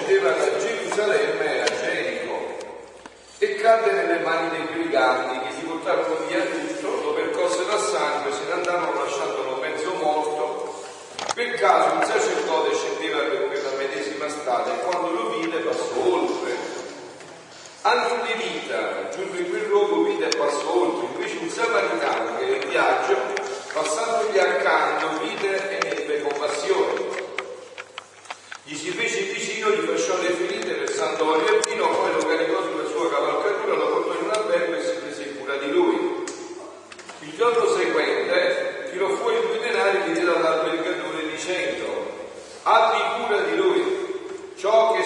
scendeva da Gerusalemme a Gerico e cadde nelle mani dei briganti, che si portarono via tutto, lo percossero a sangue, se ne andarono lasciandolo mezzo morto. Per caso un sacerdote scendeva per quella medesima strada e quando lo vide passò oltre. Anche un levita, giunto in quel luogo, vide e passò oltre. Invece un samaritano che era in viaggio, passandogli accanto, vide e ne ebbe compassione. Gli si fece vicino, gli fasciò le ferite, versando olio e vino, poi lo caricò sulla sua cavalcatura, lo portò in un albergo e si prese cura di lui. Il giorno seguente tirò fuori 2 denari e li diede all'albergatore dicendo: abbi cura di lui, ciò che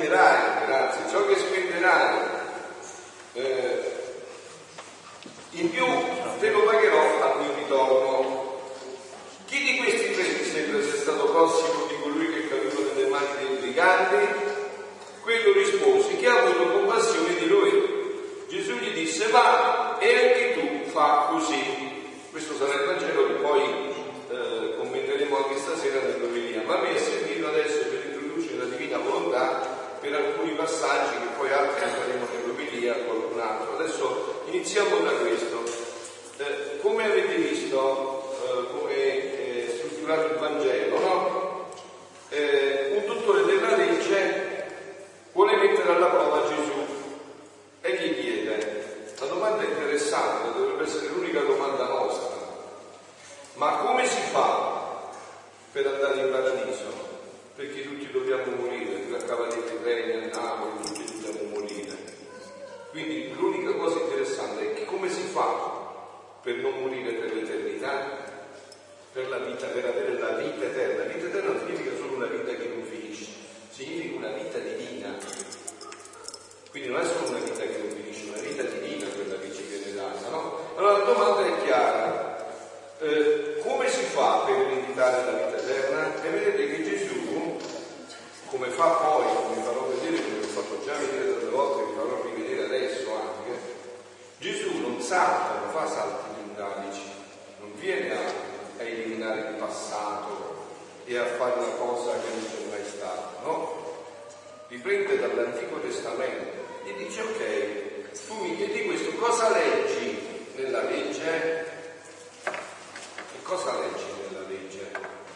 spenderai, in più te lo pagherò al mio ritorno. Chi di questi 3 ti sembra sia stato prossimo di colui che è caduto nelle mani dei briganti? Quello rispose: chi ha avuto compassione di lui? Gesù gli disse: va e anche tu fa così. Questo sarà il Vangelo che poi commenteremo anche stasera nell'omelia, ma mi è servito adesso per introdurre la divina volontà per alcuni passaggi che poi altri faremo nell'omelia con un altro. Adesso iniziamo da questo. Come avete visto, come è strutturato il Vangelo, no? Un dottore della legge vuole mettere alla prova Gesù e gli chiede, la domanda è interessante, dovrebbe essere l'unica domanda nostra: ma come si fa per andare in paradiso? Perché tutti dobbiamo morire, la Cavaliere Regna, Napoli, tutti dobbiamo morire. Quindi l'unica cosa interessante è che come si fa per non morire per l'eternità, per la vita, per avere la vita eterna. Vita eterna non significa solo una vita che non finisce, significa una vita divina. Quindi non è solo una vita che non finisce, una vita divina quella che ci viene data, no? Allora la domanda è chiara. Come si fa per ereditare la vita eterna? E vedete che Gesù, come fa poi, vi farò vedere, come ho fatto già vedere tante volte, vi farò rivedere adesso anche, Gesù non salta, non fa salti mentalici, non viene a eliminare il passato e a fare una cosa che non c'è mai stata, no? Riprende dall'Antico Testamento e dice: ok, tu mi chiedi questo, cosa leggi nella legge? Cosa leggi nella legge?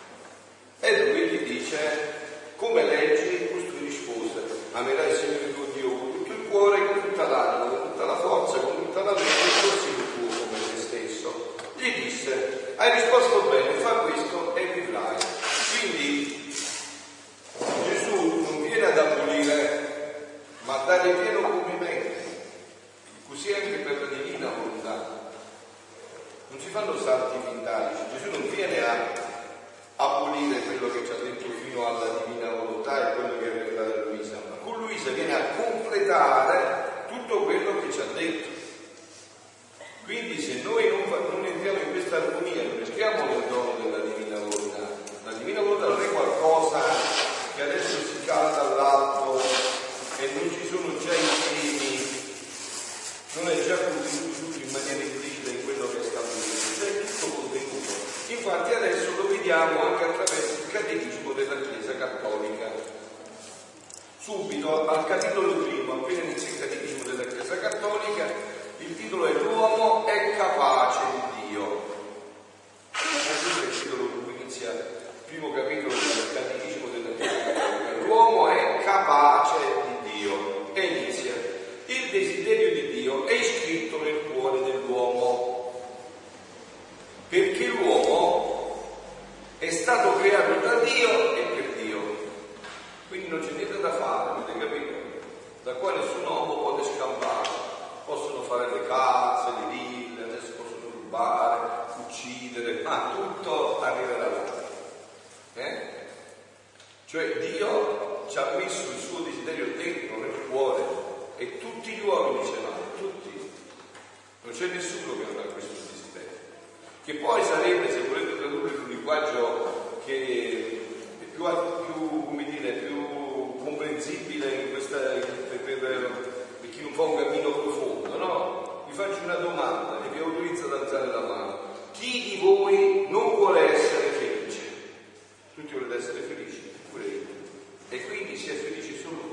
E lui gli dice: come leggi? Questo rispose: amerai il Signore tuo Dio con tutto il cuore, con tutta l'anima, con tutta la forza, con tutta la mente, e così il tuo come te stesso. Gli disse: hai risposto bene, fa questo e vivrai. Quindi Gesù non viene ad abolire, ma a dare pieno compimento. Così anche per la divina volontà. Non si fanno salti mentali. Gesù non viene a abolire quello che ci ha detto fino alla divina volontà e quello che è rivelato a Luisa, ma con Luisa viene a completare tutto quello che ci ha detto. Quindi se noi non entriamo in questa armonia, non entriamo nel dono della divina volontà. La divina volontà non è qualcosa che adesso si cala dall'alto e non ci sono già i temi, non è già contenuto tutto in maniera implicita in quello che è stato detto, c'è tutto contenuto. Infatti adesso lo vediamo anche attraverso il catechismo della Chiesa Cattolica. Subito al capitolo 1, appena inizia il catechismo della Chiesa Cattolica, il titolo è L'uomo è capace di Dio. Questo è il titolo con cui inizia il primo capitolo del catechismo della Chiesa Cattolica. L'uomo è capace di Dio. E inizia: il desiderio di Dio è iscritto nel cuore dell'uomo, perché l'uomo è stato creato da Dio e per Dio. Quindi non c'è niente da fare, avete capito? Da qua nessun uomo può scampare. Possono fare le case, le ville, adesso possono rubare, uccidere, ma tutto arriverà là. Cioè Dio ci ha messo il suo desiderio dentro, nel cuore, e tutti gli uomini ce l'hanno, tutti. Non c'è nessuno che non ha questo desiderio. Che poi sarebbe, se volete tradurre in un linguaggio che è più come dire, più comprensibile in questa, per chi non fa un cammino profondo, no? Vi faccio una domanda e vi autorizzo ad alzare la mano. Chi di voi non vuole essere felice? Tutti volete essere felici? Pure io. E quindi si è felici solo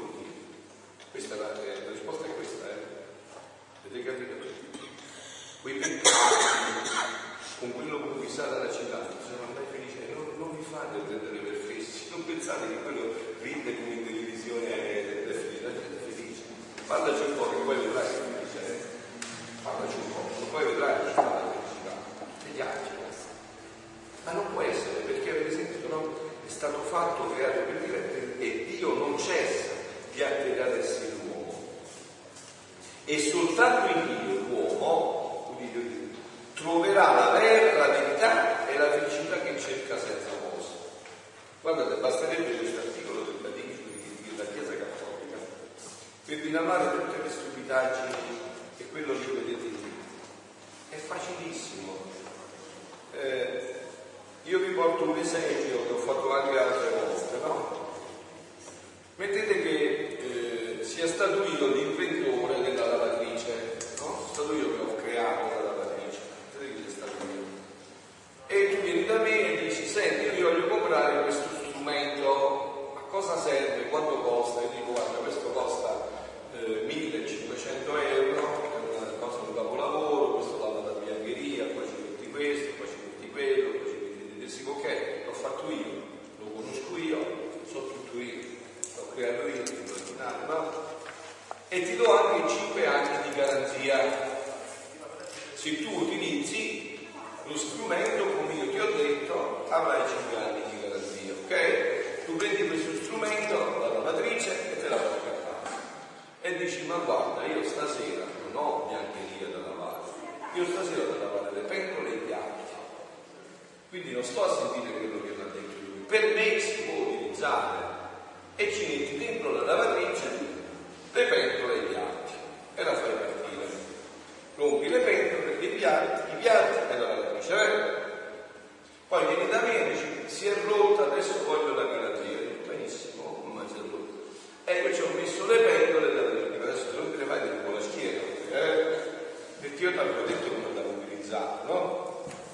avete capito? Quei peccati con quello conquistata la città, non sono mai felice, non vi fate prendere per fessi, non pensate che quello ride come in televisione è felice, la gente è felice. Parlaci un po' che poi vedrai che felice è. Parlaci un po', poi vedrai che c'è la felicità. Vediamoci. Ma non può essere, perché avete sentito, no? È stato fatto, creato per dire, e Dio non cessa di attirare a sé l'uomo. E soltanto in Dio l'uomo, troverà la verità e la felicità che cerca senza posto. Guardate, basterebbe questo articolo del Catechismo della Chiesa Cattolica per dinamare tutte le stupidaggini e quello che vedete lì. È facilissimo. Io vi porto un esempio che ho fatto anche altre volte, no? Mettete che sia stato io l'inventore della lavatrice, no? È stato io che ho creato la lavatrice, mettete che sia stato io. E tu vieni da me e dici, senti, io voglio comprare questo strumento, a cosa serve, quanto costa? Io dico, guarda, questo costa 1.500 euro, è una cosa, un capolavoro, questo lava da biancheria, poi ci metti questo, poi ci metti quello, poi ci metti di dico, ok, l'ho fatto io, lo conosco io, so tutto io, l'ho creato io, no? E ti do anche 5 anni di garanzia. Se tu utilizzi lo strumento come io ti ho detto, avrai 5 anni di garanzia, ok? Tu prendi questo strumento, la lavatrice, e te la porti a casa. E dici, ma guarda, io stasera non ho biancheria da lavare, io stasera ho da lavare le pentole e i piatti. Quindi non sto a sentire quello che l'ha detto lui. Per me si può utilizzare. E ci metti dentro la lavatrice le pentole e i piatti. E la fai partire. Rompi le pentole, i piatti e la lavatrice. Poi vieni da me e dici, si è rotta, adesso voglio la garanzia. Benissimo, ma si è rotta. E io ci ho messo le pentole e la lavatrice. Adesso se non te le fai devo la schiena. Perché io ti avevo detto come la utilizzare, no?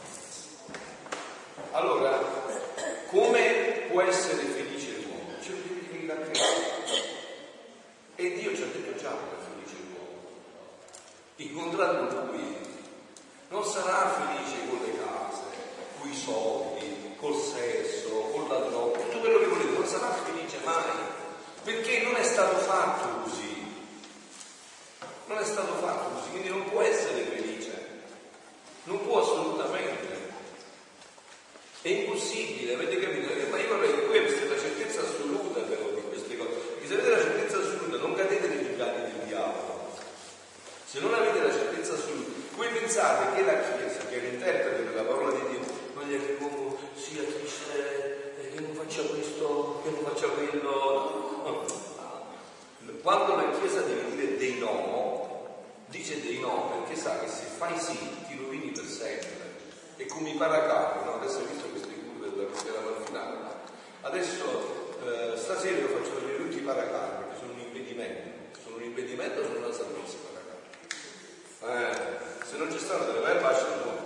Allora, come può essere felice l'uomo? C'è un Dio che l'ha creato. E Dio ci ha detto già che è felice l'uomo. Incontrando Lui, non sarà felice con le case, con i soldi, col sesso, con la droga, tutto quello che volete, non sarà felice mai. Perché non è stato fatto così. Non è stato fatto così, quindi non può essere felice. Non può assolutamente. È impossibile, avete capito? Ma io vorrei che voi aveste la certezza assoluta però di queste cose. Perché se avete la certezza assoluta non cadete nei giudizi del diavolo. Se non avete la certezza assoluta, voi pensate che la Chiesa, che è l'interprete della parola di Dio, voglia che l'uomo sia triste, che non faccia questo, che non faccia quello. No. Quando la Chiesa deve dire dei no, dice dei no perché sa che se fai sì ti rovini per sempre. E come i paracapi, no? Adesso hai visto queste curve della finale. Adesso stasera io faccio vedere tutti i paracapi perché sono un impedimento. Sono un impedimento, sono una salvezza i paracapi. Se non ci stanno delle vai e baci non muori.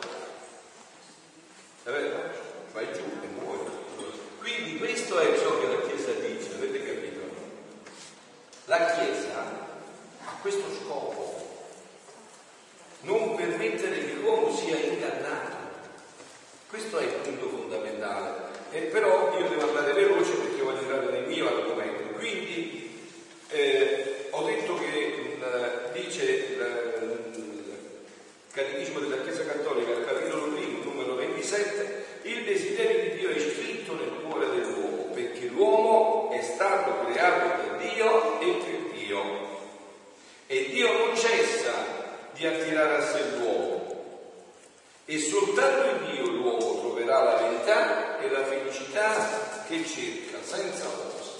È vero? Vai giù e muori. Quindi questo è ciò che la Chiesa dice, avete capito? La Chiesa ha questo scopo. Non permettere che l'uomo sia ingannato. Questo è il punto fondamentale. Però io devo andare veloce perché voglio entrare nel mio argomento. Quindi ho detto che dice il Catechismo della Chiesa Cattolica, al capitolo 1, numero 27, il desiderio di Dio è scritto nel cuore dell'uomo, perché l'uomo è stato creato da Dio e per Dio. E Dio non cessa di attirare a sé l'uomo. E soltanto in Dio l'uomo troverà la verità e la felicità che cerca, senza posto.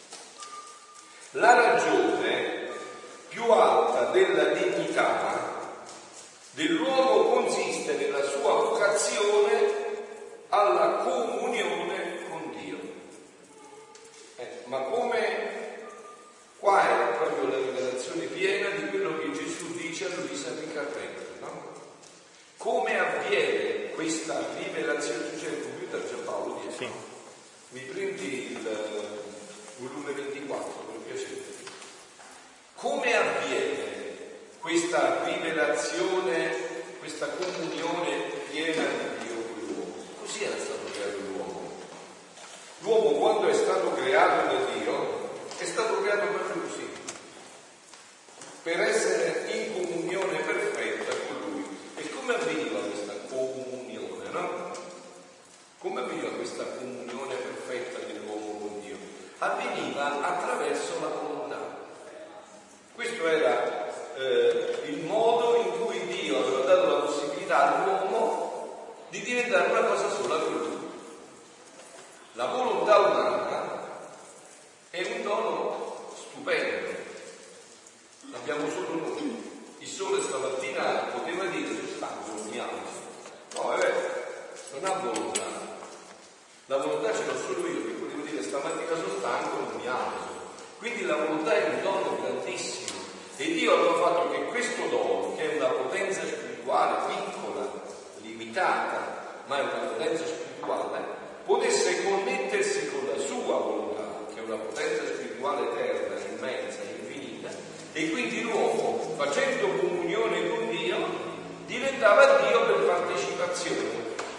La ragione più alta della dignità dell'uomo consiste nella sua vocazione alla comunione con Dio. Ma come? Qua è proprio la rivelazione piena di quello che Gesù dice a Luisa Piccarrelli, no? Come avviene questa rivelazione? Tu c'è il computer Giampaolo dietro? Sì. Mi prendi il volume 24 per piacere. Come avviene questa rivelazione, questa comunione piena di Dio con l'uomo. Così era stato creato l'uomo. L'uomo, quando è stato creato da Dio, è stato creato proprio così, per essere in comunione perfetta con Lui. E come avveniva questa comunione, no? Come avveniva questa comunione perfetta dell'uomo con Dio? Avveniva attraverso la volontà. Questo era il modo in cui Dio aveva dato la possibilità all'uomo di diventare una cosa sola con Lui. La volontà umana è un dono stupendo, l'abbiamo solo noi. Il sole stamattina poteva dire: sono stanco, non mi alzo. No, è vero, non ha volontà. La volontà ce l'ho solo io, che potevo dire: stamattina sono stanco, non mi alzo. Quindi la volontà è un dono grandissimo. E Dio aveva fatto che questo dono, che è una potenza spirituale piccola, limitata, ma è una potenza spirituale, potesse connettersi con la sua volontà, che è una potenza spirituale eterna, immensa, infinita, e quindi l'uomo, facendo comunione con Dio, diventava Dio per partecipazione.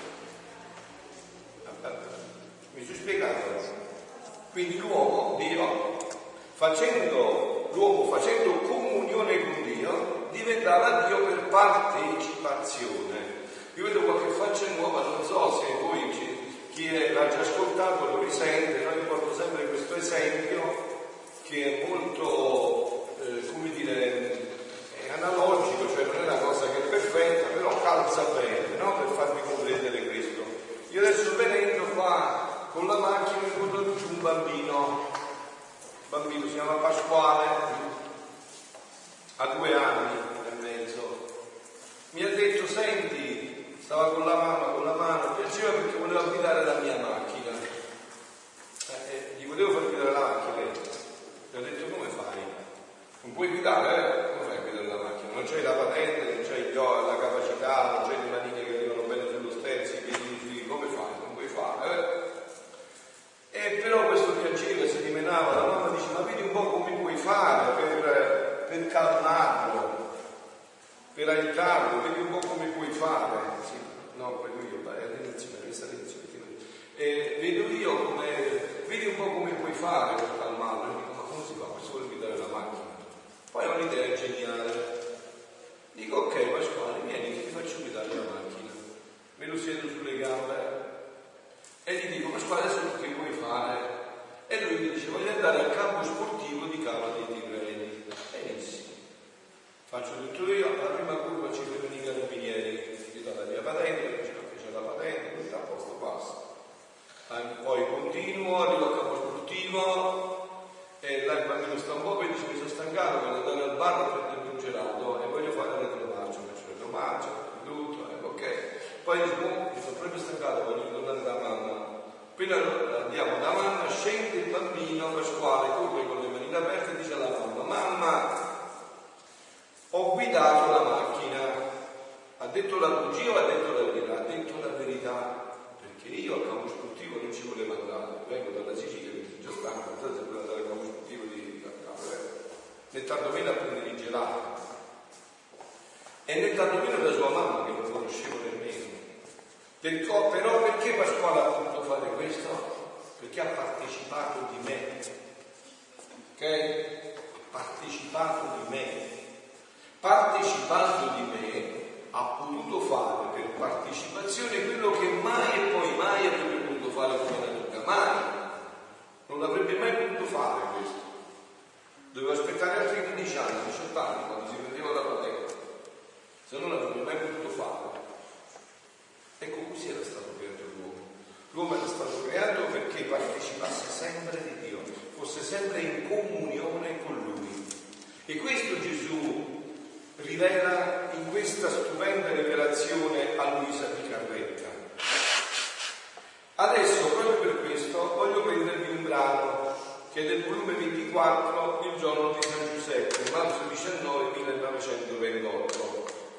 Mi sono spiegato? Quindi l'uomo facendo comunione con Dio, diventava Dio per partecipazione. Io vedo qualche faccia nuova, non so se voi chi l'ha già ascoltato lo risente, no? Io porto sempre questo esempio che è molto, è analogico, cioè non è una cosa che è perfetta, però calza bene, no? Per farvi comprendere questo. Io adesso venendo qua con la macchina incontro giù un bambino si chiama Pasquale, ha 2 anni e mezzo. Mi ha detto: senti, stava con la mano, piaceva perché voleva guidare la mia macchina. Gli volevo far guidare la macchina. Gli ho detto: come fai? Non puoi guidare, Come fai a guidare la macchina? Non c'hai la patente, non c'hai la capacità, non c'hai le manine che arrivano bene sullo sterzo, i piedi, come fai? Non puoi fare, E però questo piaceva, si dimenava, la mamma dice: ma vedi un po' come puoi fare per calmarlo, per aiutarlo, vedi un po' come puoi fare. Sì, no, prego io, all'inizio, vedo io come, vedi un po' come puoi fare per calmarlo. E dico: ma come si fa? Questo vuole guidare la macchina. Poi ho un'idea geniale. Dico: ok Pasquale, vieni che ti faccio guidare la macchina. Me lo siedo sulle gambe e gli dico: Pasquale, adesso che vuoi fare? E lui mi dice: voglio andare al campo sportivo di Cava dei Tirreni. Benissimo. Faccio tutto io, alla prima curva ci vedono i carabinieri, gli do la mia patente, dice: ok, c'è la patente, tutto a posto, basta. Poi continuo, arrivo al campo sportivo e là il bambino sta un po' e dice: mi sono stancato, voglio andare al bar a prendermi un gelato e voglio fare il retromarcia. Faccio il retromarcia, tutto, ok. Poi dice: mi sono proprio stancato, voglio tornare da mamma. Appena andiamo da mamma, scende il bambino Pasquale, corre con le mani aperte e dice alla mamma: mamma, ho guidato la macchina. Ha detto la bugia o ha detto la verità? Ha detto la verità, perché io al campo sportivo non ci volevo andare. Vengo dalla Sicilia, perché sono già stanco, non so se volevo andare al campo sportivo di né tantomeno a prendere il gelato. E né tantomeno da sua mamma, che non conoscevo nemmeno. Però perché Pasquale ha potuto fare questo? Perché ha partecipato di me. Ok? Partecipato di me. Partecipando di me ha potuto fare per partecipazione quello che mai e poi mai avrebbe potuto fare come natura. Mai. Non l'avrebbe mai potuto fare questo. Doveva aspettare altri 15 anni, 18 anni, quando si prendeva la patente. Se non l'avrebbe mai potuto fare. Ecco, così era stato creato l'uomo. L'uomo era stato creato perché partecipasse sempre di Dio, fosse sempre in comunione con Lui. E questo Gesù rivela in questa stupenda rivelazione a Luisa Picarretta. Adesso, proprio per questo, voglio prendervi un brano che è del volume 24, Il giorno di San Giuseppe, marzo 19, 1928.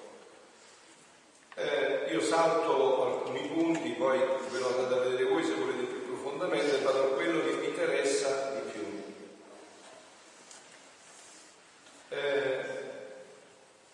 Io salto alcuni punti, poi ve lo andate a vedere voi se volete più profondamente, vado a quello che mi interessa di più.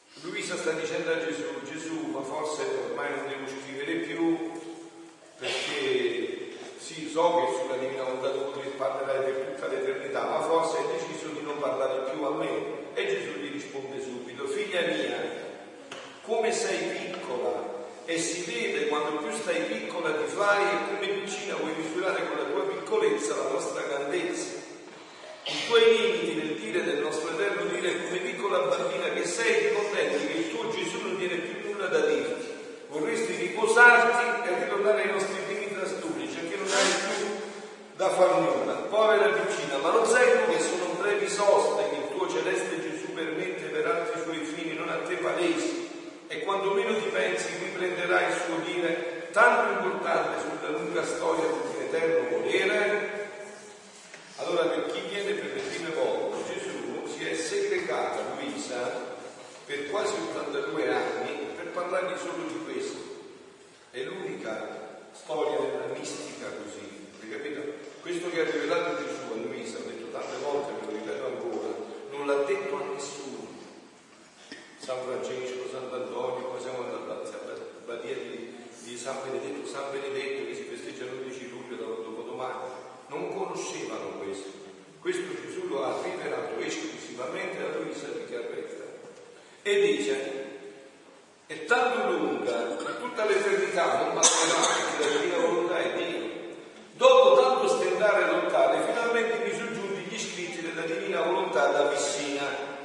sì, so che sulla divina volontà tu parlerai per tutta l'eternità, ma forse hai deciso di non parlare più a me. E Gesù gli risponde subito: figlia mia, come sei piccola, e si vede quando più stai piccola ti fai, e come piccina vuoi misurare con la tua piccolezza la nostra grandezza. I tuoi limiti nel dire del nostro eterno dire, come piccola bambina che sei, ti contenti che il tuo Gesù non tiene più nulla da dirti. Vorresti riposarti e ritornare ai nostri primi trastulli, cioè che non hai più da far nulla. Povera piccina, ma non sai tu che sono brevi soste che il tuo celeste Gesù permette per altri suoi fini, non a te palesi, e quando meno ti pensi riprenderai il suo dire tanto importante sulla lunga storia del tuo eterno volere. Allora, per chi viene per le prime volte, Gesù si è segregata a Luisa per quasi 82 anni per parlargli solo di questo. È l'unica storia della mistica così, hai capito? Questo che ha rivelato Gesù a Luisa, ho detto tante volte, me lo ripeto ancora, non l'ha detto a nessuno. San Francesco, Sant'Antonio, poi siamo andati alla Badia di San Benedetto che si festeggia l'11 luglio dopodomani. Non conoscevano questo. Questo Gesù lo ha rivelato esclusivamente a Luisa di Chiarretta. E dice: è tanto lunga che tutta l'eternità non passerà, perché la divina volontà è Dio. Dopo tanto stentare e lottare, finalmente mi sono giunti gli scritti della divina volontà da Messina.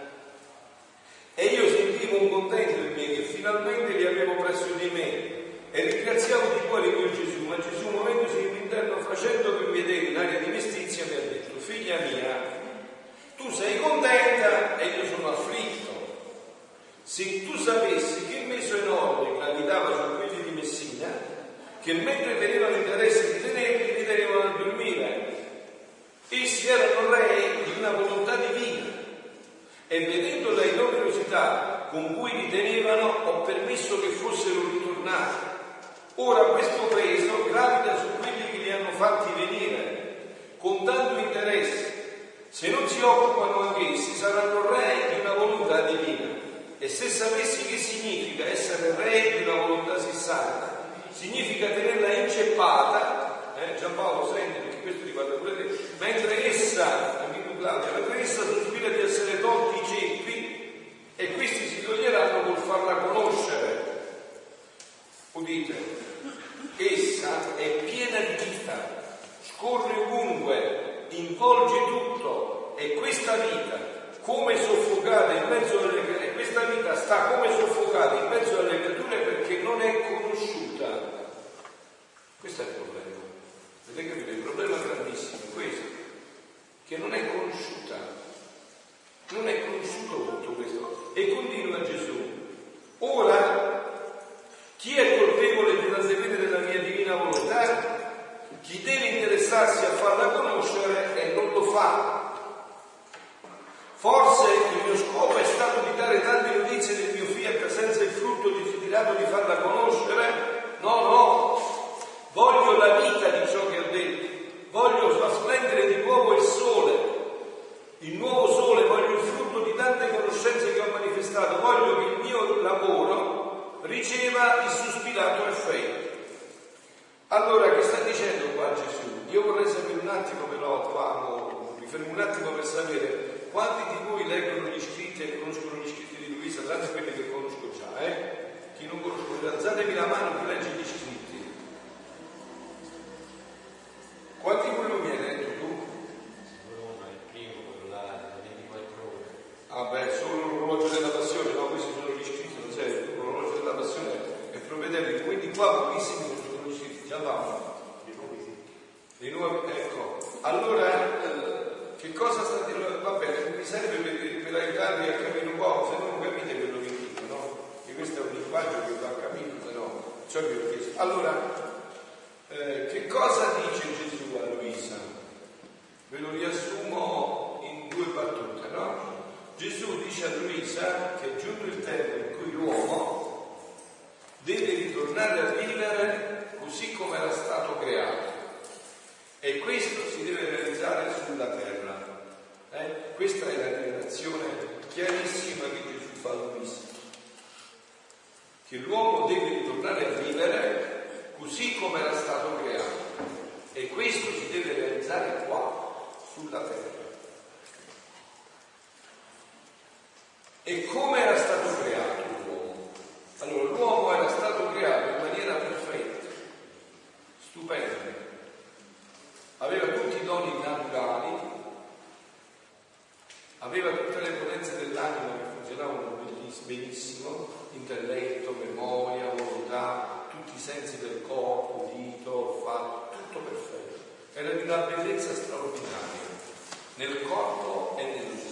E io sentivo un contento in me che finalmente li avevo presso di me. E ringraziavo di cuore mio Gesù, ma Gesù, muovendosi in interno, facendo per vedere in aria di mestizia, mi ha detto: figlia mia, tu sei contenta e io sono afflitto. Se tu sapessi che meso enorme gravitava su quelli di Messina, che mentre tenevano interesse di tenerli, li tenevano a dormire. Essi erano re di una volontà divina, e vedendo la ignominiosità con cui li tenevano, ho permesso che fossero ritornati. Ora questo peso gravita su quelli che li hanno fatti venire, con tanto interesse. Se non si occupano anch'essi, saranno re di una volontà divina. E se sapessi che significa essere re di una volontà santa, significa tenerla inceppata, Giampaolo sente, perché questo riguarda pure te, mentre essa, amico Claudio, mentre essa sospira di essere tolti i ceppi, e questi si toglieranno col farla conoscere. Udite, essa è piena di vita, scorre ovunque, involge tutto, e questa vita come soffocata in mezzo alle creature, questa vita sta come soffocata in mezzo alle creature perché non è conosciuta. Questo è il problema. Vedete, capito? Il problema grandissimo è questo, che non è conosciuta. Non è conosciuto tutto questo. E continua Gesù: ora, chi è colpevole di non sapere della mia divina volontà? Chi deve interessarsi a farla conoscere e non lo fa. Forse il mio scopo è stato di dare tante notizie del mio fiat senza il frutto desiderato di farla conoscere? No, voglio la vita di ciò che ho detto, voglio far splendere di nuovo il nuovo sole, voglio il frutto di tante conoscenze che ho manifestato, voglio che il mio lavoro riceva il sospirato effetto. Allora, che sta dicendo qua Gesù? Io vorrei sapere un attimo, però qua mi fermo un attimo per sapere quanti di voi leggono gli scritti e conoscono gli scritti di Luisa, tranne quelli che conosco già, Chi non conosco, alzatevi la mano chi legge gli scritti. Quanti volumi hai letto tu? Il primo, quello là, da 24 ore. Ah beh, solo l'orologio della passione, no, questi sono gli scritti, non sei, l'orologio della passione è provvedere, quindi qua pochissimi non sono gli scritti, già vanno. Di nuovo, ecco. Allora, che cosa sta dicendo? Va bene, mi serve per aiutarvi a capire un po', se non capite quello che dico, no? E questo è un linguaggio che va capito, se no, ciò che ho chiesto. Allora, che cosa dice Gesù a Luisa? Ve lo riassumo in 2 battute, no? Gesù dice a Luisa che è giunto il tempo in cui l'uomo deve ritornare a vivere così come era stato creato. E questo si deve realizzare sulla terra. Questa è la rivelazione chiarissima che Gesù fa a Luisa. Che l'uomo deve ritornare a vivere così come era stato creato. E questo si deve realizzare qua, sulla terra. E come era stato creato l'uomo? Allora, l'uomo era stato creato in maniera perfetta, stupenda, aveva tutti i doni naturali, aveva tutte le potenze dell'anima che funzionavano benissimo, intelletto, memoria, volontà, tutti i sensi del corpo, udito, olfatto, tutto perfetto. Era di una bellezza straordinaria nel corpo e nello spirito.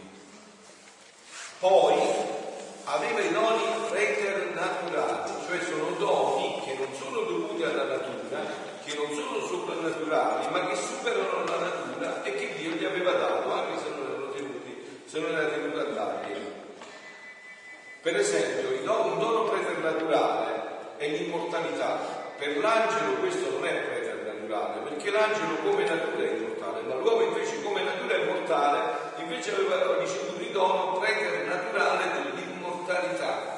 Poi aveva i doni preternaturali, cioè sono doni che non sono dovuti alla natura, che non sono soprannaturali, ma che superano la natura e che Dio gli aveva dato, anche se non era tenuto a dargli. Per esempio, un dono preternaturale è l'immortalità. Per l'angelo questo non è preternaturale, perché l'angelo come natura è immortale, ma l'uomo invece come natura è mortale, invece aveva ricevuto il dono preternaturale dell'immortalità,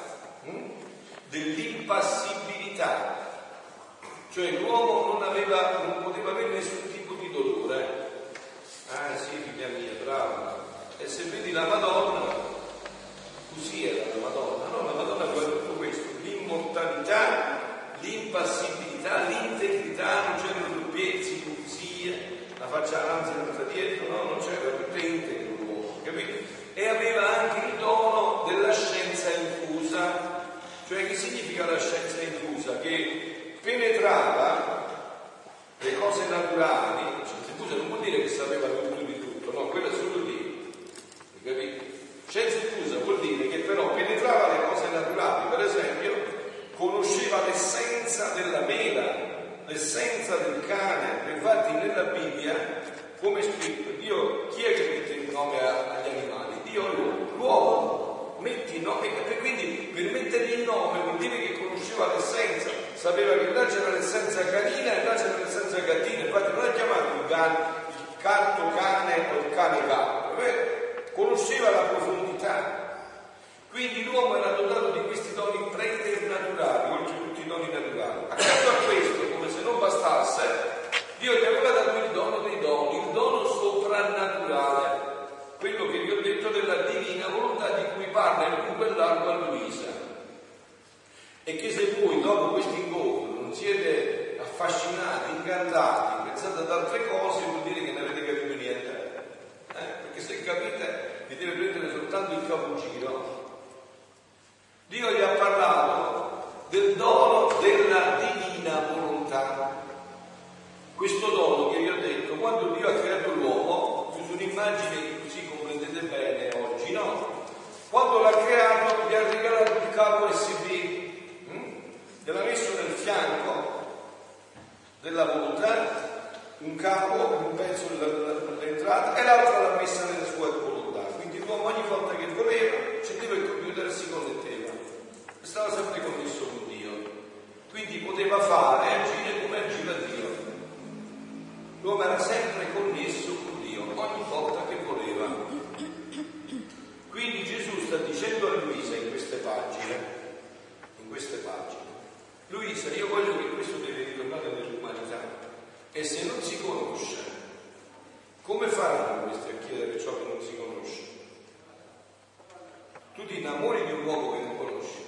dell'impassibilità. Cioè l'uomo non poteva avere nessun tipo di dolore. Ah sì, figlia mia, brava. E se vedi la Madonna, così era la Madonna. No, la Madonna aveva tutto questo: l'immortalità, l'impassibilità, l'integrità, non c'erano doppiezze, pulizie, la faccia avanti e l'altra dietro, no, non c'era, tutto integro l'uomo, capito? E aveva anche il dono della scienza infusa. Cioè, che significa la scienza infusa? Che penetrava le cose naturali. Scienza infusa non vuol dire che sapeva tutto di tutto, no, quello è solo lì, capito? Scienza infusa vuol dire che però penetrava le cose naturali. Per esempio, conosceva l'essenza della mela, l'essenza del cane. Infatti nella Bibbia, come è scritto, Dio, chi è che mette il nome agli animali? Dio, l'uomo. Metti il nome, e quindi per mettergli il nome vuol dire che conosceva l'essenza, sapeva che là c'era l'essenza canina e là c'era l'essenza gattina. Infatti non ha chiamato il gatto cane o il cane gatto, conosceva la profondità. Quindi l'uomo era dotato di questi doni preternaturali, oltre a tutti i doni naturali. Accanto a questo, come se non bastasse, Dio gli aveva dato il dono dei doni, il dono soprannaturale, quello che vi ho detto della divina volontà di cui parla in lungo e largo a Luisa. E che se voi dopo questo incontro non siete affascinati, incantati, pensate ad altre cose, vuol dire che non avete capito niente. Perché se capite vi deve prendere soltanto il capogiro. Dio gli ha parlato del dono della divina volontà. Questo dono che vi ho detto, quando Dio ha creato l'uomo, uso un'immagine così comprendete bene oggi, no? Quando l'ha creato gli ha regalato il cavo USB, gliel'ha messo nel fianco della volontà, un capo, un pezzo dell'entrata, e l'altro l'ha messa nella sua volontà. Quindi l'uomo ogni volta che voleva accendeva il computer e si connetteva e stava sempre connesso con Dio, quindi poteva fare e agire come agiva Dio. L'uomo era sempre connesso con Dio ogni volta che voleva. Quindi Gesù sta dicendo a Luisa in queste pagine, Luisa, io voglio che questo deve ritornare nell'umanità, e se non si conosce, come faranno questi a chiedere ciò che non si conosce? Tu ti innamori di un uomo che non conosci,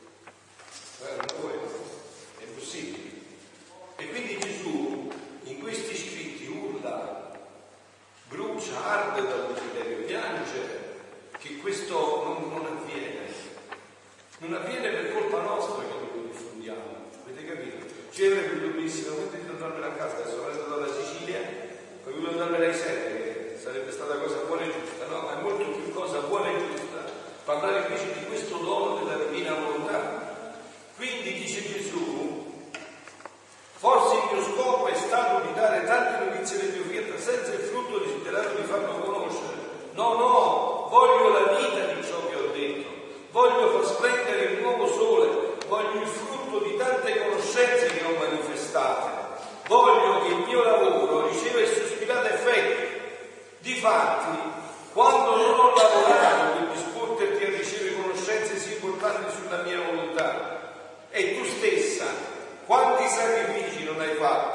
è impossibile. E quindi Gesù in questi scritti urla, brucia, arde dal desiderio, piange che questo non avviene. Non avviene per colpa nostra che lo diffondiamo. Avete capito? C'era più bellissimo, potete ritornarmene a casa, adesso sono andato dalla Sicilia, poi voglio andarmene ai Sette, che sarebbe stata cosa buona e giusta, no? Ma è molto più cosa buona e giusta parlare invece di questo dono della divina volontà. Quindi dice Gesù, forse il mio scopo è stato di dare tante notizie del mio fiat senza il frutto desiderato di farlo conoscere. No, voglio la vita di ciò che ho detto, voglio far splendere il nuovo sole, voglio il frutto di tante conoscenze che ho manifestate, voglio che il mio lavoro riceva il sospirato effetto. Difatti, quando non ho lavorato per disporterti a ricevere conoscenze sì importanti sulla mia volontà, e tu stessa quanti sacrifici non hai fatto,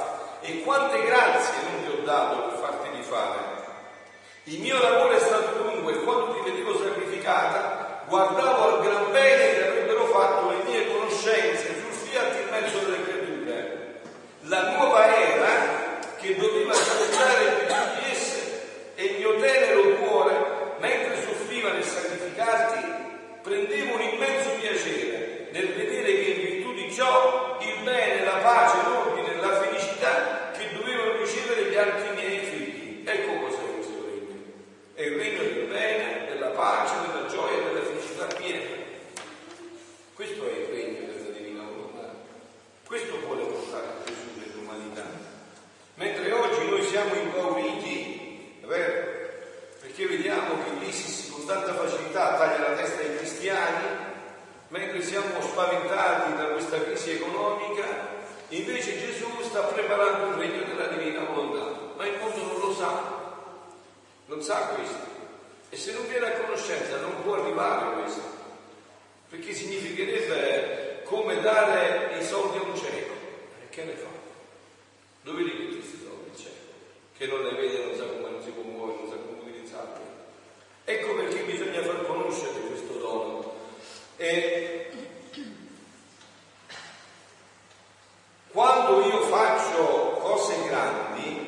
e quante grazie non ti ho dato per farti rifare. Il mio lavoro è stato lungo e quando ti vedevo sacrificata guardavo al gran bene che avrebbero fatto le mie conoscenze sul fiat in mezzo alle creature. La nuova era che doveva ascoltare più di esse e il mio tenero cuore, mentre soffriva nel sacrificarti, prendevo un immenso piacere nel vedere che in virtù di ciò il bene, la pace, l'ordine e la felicità che dovevano ricevere gli altri miei figli. Ecco cos'è questo regno. È il regno del bene, della pace, della gioia e della felicità piena. Questo è il regno della divina volontà. Questo vuole portare a Gesù nell'umanità. Mentre oggi noi siamo impauriti, è vero? Perché vediamo che l'ISIS con tanta facilità taglia la testa ai cristiani, mentre siamo spaventati da questa crisi economica, invece Gesù sta preparando il regno della divina volontà, ma il mondo non lo sa questo, e se non viene a conoscenza non può arrivare a questo, perché significherebbe come dare i soldi a un cieco. E che ne fa? Dove li metti questi soldi il cieco? Che non le vede, non sa come, non si può muovere, non sa come utilizzarli. Ecco perché bisogna far conoscere questo dono. E quando io faccio cose grandi,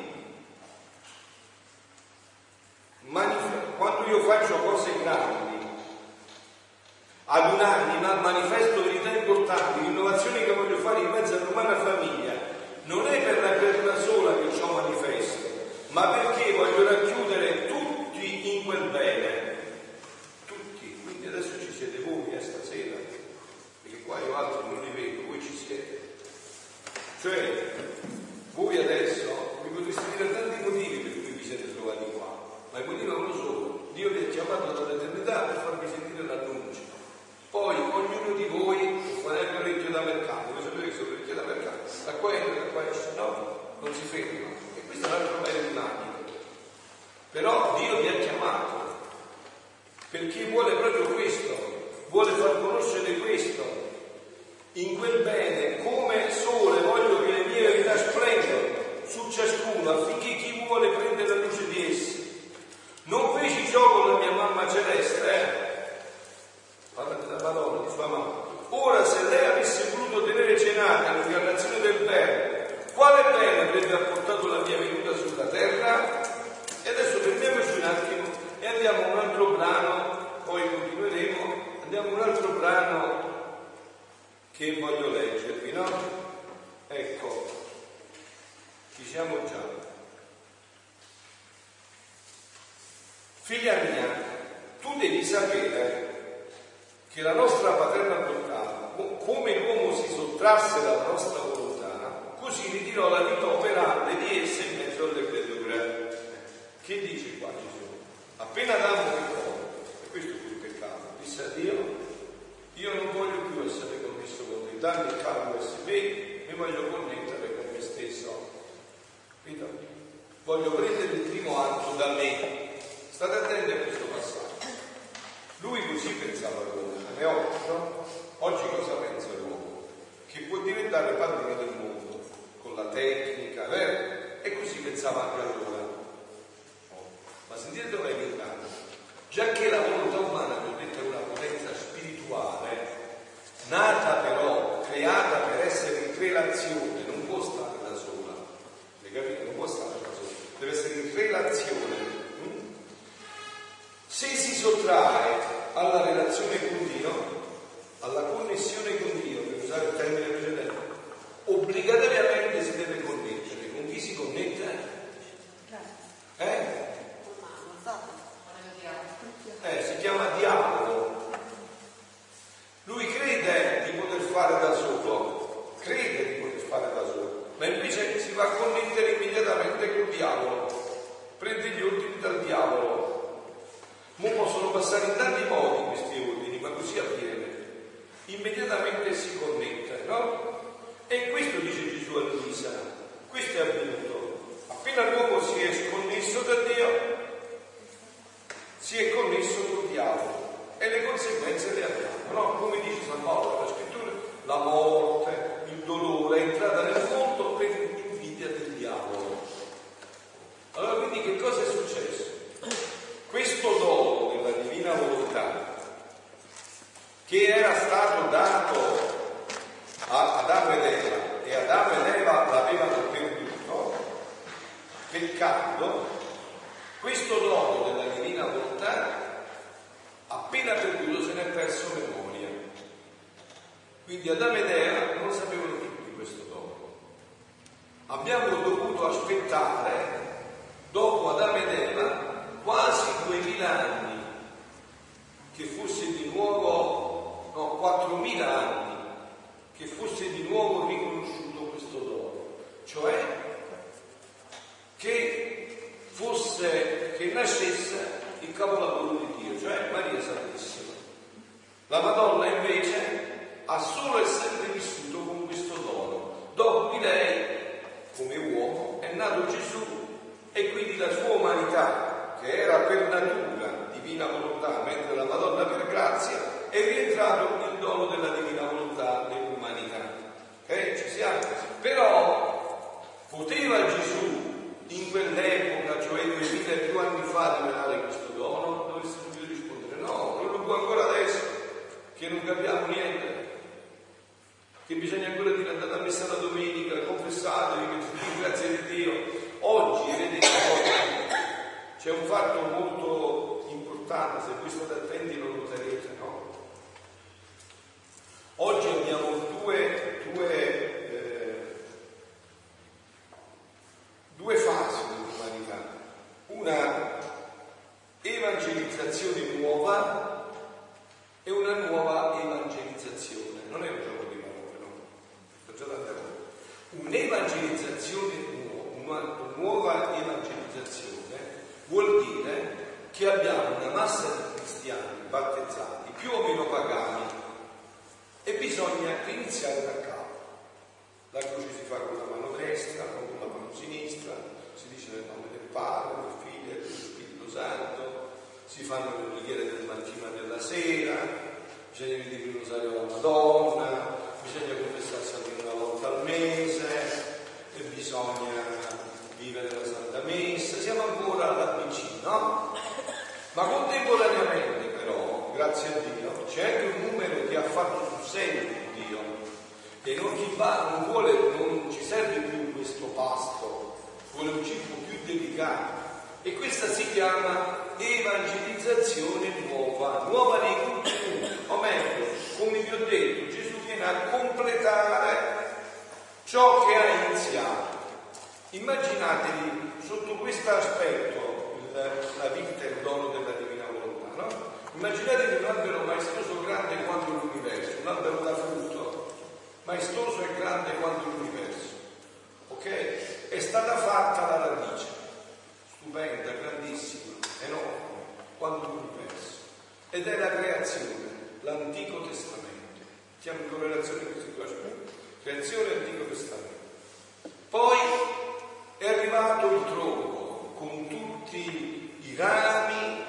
ad un'anima manifesto verità importanti, l'innovazione che voglio fare in mezzo all'umana famiglia non è per la creatura sola che ciò manifesto, ma perché voglio racchiudere tutti in quel bene, tutti. Quindi adesso ci siete voi stasera, perché qua io altri non li vedo, voi ci siete, cioè voi adesso vi potreste dire tanti motivi per cui vi siete trovati qua, ma il motivo è uno solo: Dio vi ha chiamato dall'eternità per farvi sentire l'annuncio. Poi ognuno di voi fa un orecchio da mercato, voi sapete che sono orecchio da mercato, da qua entra, da qua esce, no? Non si ferma, e questo è un altro bene dinamico. Però Dio vi ha chiamato perché vuole proprio questo, vuole far conoscere questo. In quel bene, come sole, voglio che le mie verità splendano su ciascuno, affinché chi vuole prende la luce di essi. Non feci ciò con la mia mamma celeste, parla della parola di sua mamma. Ora, se lei avesse voluto tenere cenata l'incarnazione del bene, quale bene avrebbe apportato la mia venuta sulla terra? E adesso fermiamoci un attimo e andiamo a un altro brano, poi continueremo, andiamo a un altro brano che voglio leggervi, no? Ecco, ci siamo già. Figlia mia, tu devi sapere che la nostra paterna volontà, come l'uomo si sottrasse dalla nostra volontà, così ritirò la vita operante di esse in mezzo alle creature. Che dice qua Gesù? Appena Adamo peccò, e questo fu il peccato, disse a Dio: io non voglio più essere connesso con te, dammi il calmo essere me, mi voglio connettere con me stesso. Voglio prendere il primo atto da me. State attenti a questo passaggio. Lui così pensava l'uomo, e oggi, no? Oggi cosa pensa l'uomo? Che può diventare padrone del mondo con la tecnica, vero? E così pensava anche allora. Ma sentite dov'è l'inganno? Già che la volontà umana, vi ho detto, è una potenza spirituale, nata però, creata per essere in relazione, non può stare da sola. Hai capito? Non può stare da sola, deve essere in relazione. Se si sottrae alla relazione con Dio, alla connessione con Dio, per usare il termine precedente, obbligatoriamente si deve connettere. Con chi si connette? Si chiama dialogo. Lui crede di poter fare da solo, ma invece si va a connettere immediatamente col diavolo, prende gli ordini dal diavolo. Ma possono passare in tanti modi questi ordini, ma cercando questo dono della divina volontà, appena perduto se ne è perso memoria. Quindi Adamo ed Eva non sapevano più di questo dono. Abbiamo dovuto aspettare, dopo Adamo ed Eva, quasi 2000 anni, che fosse di nuovo, 4000 anni, che fosse di nuovo riconosciuto questo dono, cioè che nascesse il capolavoro di Dio, cioè Maria Santissima. La Madonna invece ha solo e sempre vissuto con questo dono. Dopo di lei, come uomo, è nato Gesù e quindi la sua umanità, che era per natura divina volontà, mentre la Madonna per grazia, è rientrato il dono della divina volontà nell'umanità. Ci siamo? Però poteva Gesù in quell'epoca, cioè 2000 e più anni fa, rivelare questo dono? Dovreste subito rispondere no, non lo può ancora adesso, che non capiamo niente, che bisogna ancora dire andate a messa la domenica, confessatevi, grazie di Dio. Oggi, vedete, c'è un fatto molto importante, se voi state attenti lo noterete, no? Oggi abbiamo due fasi dell'umanità, una evangelizzazione nuova e una nuova evangelizzazione. Non è un gioco di parole, no? Sto già tante volte. Un'evangelizzazione nuova, una nuova evangelizzazione vuol dire che abbiamo una massa di cristiani battezzati, più o meno pagani, e bisogna iniziare da capo. La croce si fa con la mano destra, non con la mano sinistra, si dice nel nome del Padre, del Figlio e dello Spirito Santo, si fanno le preghiere del mattino e della sera, bisogna dire il rosario alla Madonna, bisogna confessarsi almeno una volta al mese, e bisogna vivere la Santa Messa. Siamo ancora all'ABC, no? Ma contemporaneamente però, grazie a Dio, c'è anche un numero che ha fatto sul serio di Dio, che non ci serve più questo pasto, vuole un cibo più delicato, e questa si chiama evangelizzazione nuova nei contenuti, o meglio, come vi ho detto, Gesù viene a completare ciò che ha iniziato. Immaginatevi sotto questo aspetto la vita e il dono della divina volontà, no? Immaginatevi un albero maestoso grande quanto l'universo, un albero da frutto maestoso e grande quanto l'universo, ok? È stata fatta la radice, stupenda, grandissima, enorme quanto l'universo, ed è la creazione, l'Antico Testamento. Siamo in correlazione con questi due aspetti, creazione e Antico Testamento. Poi è arrivato il tronco con tutti i rami,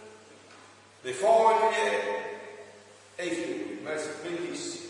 le foglie e i fiori, ma è bellissimo,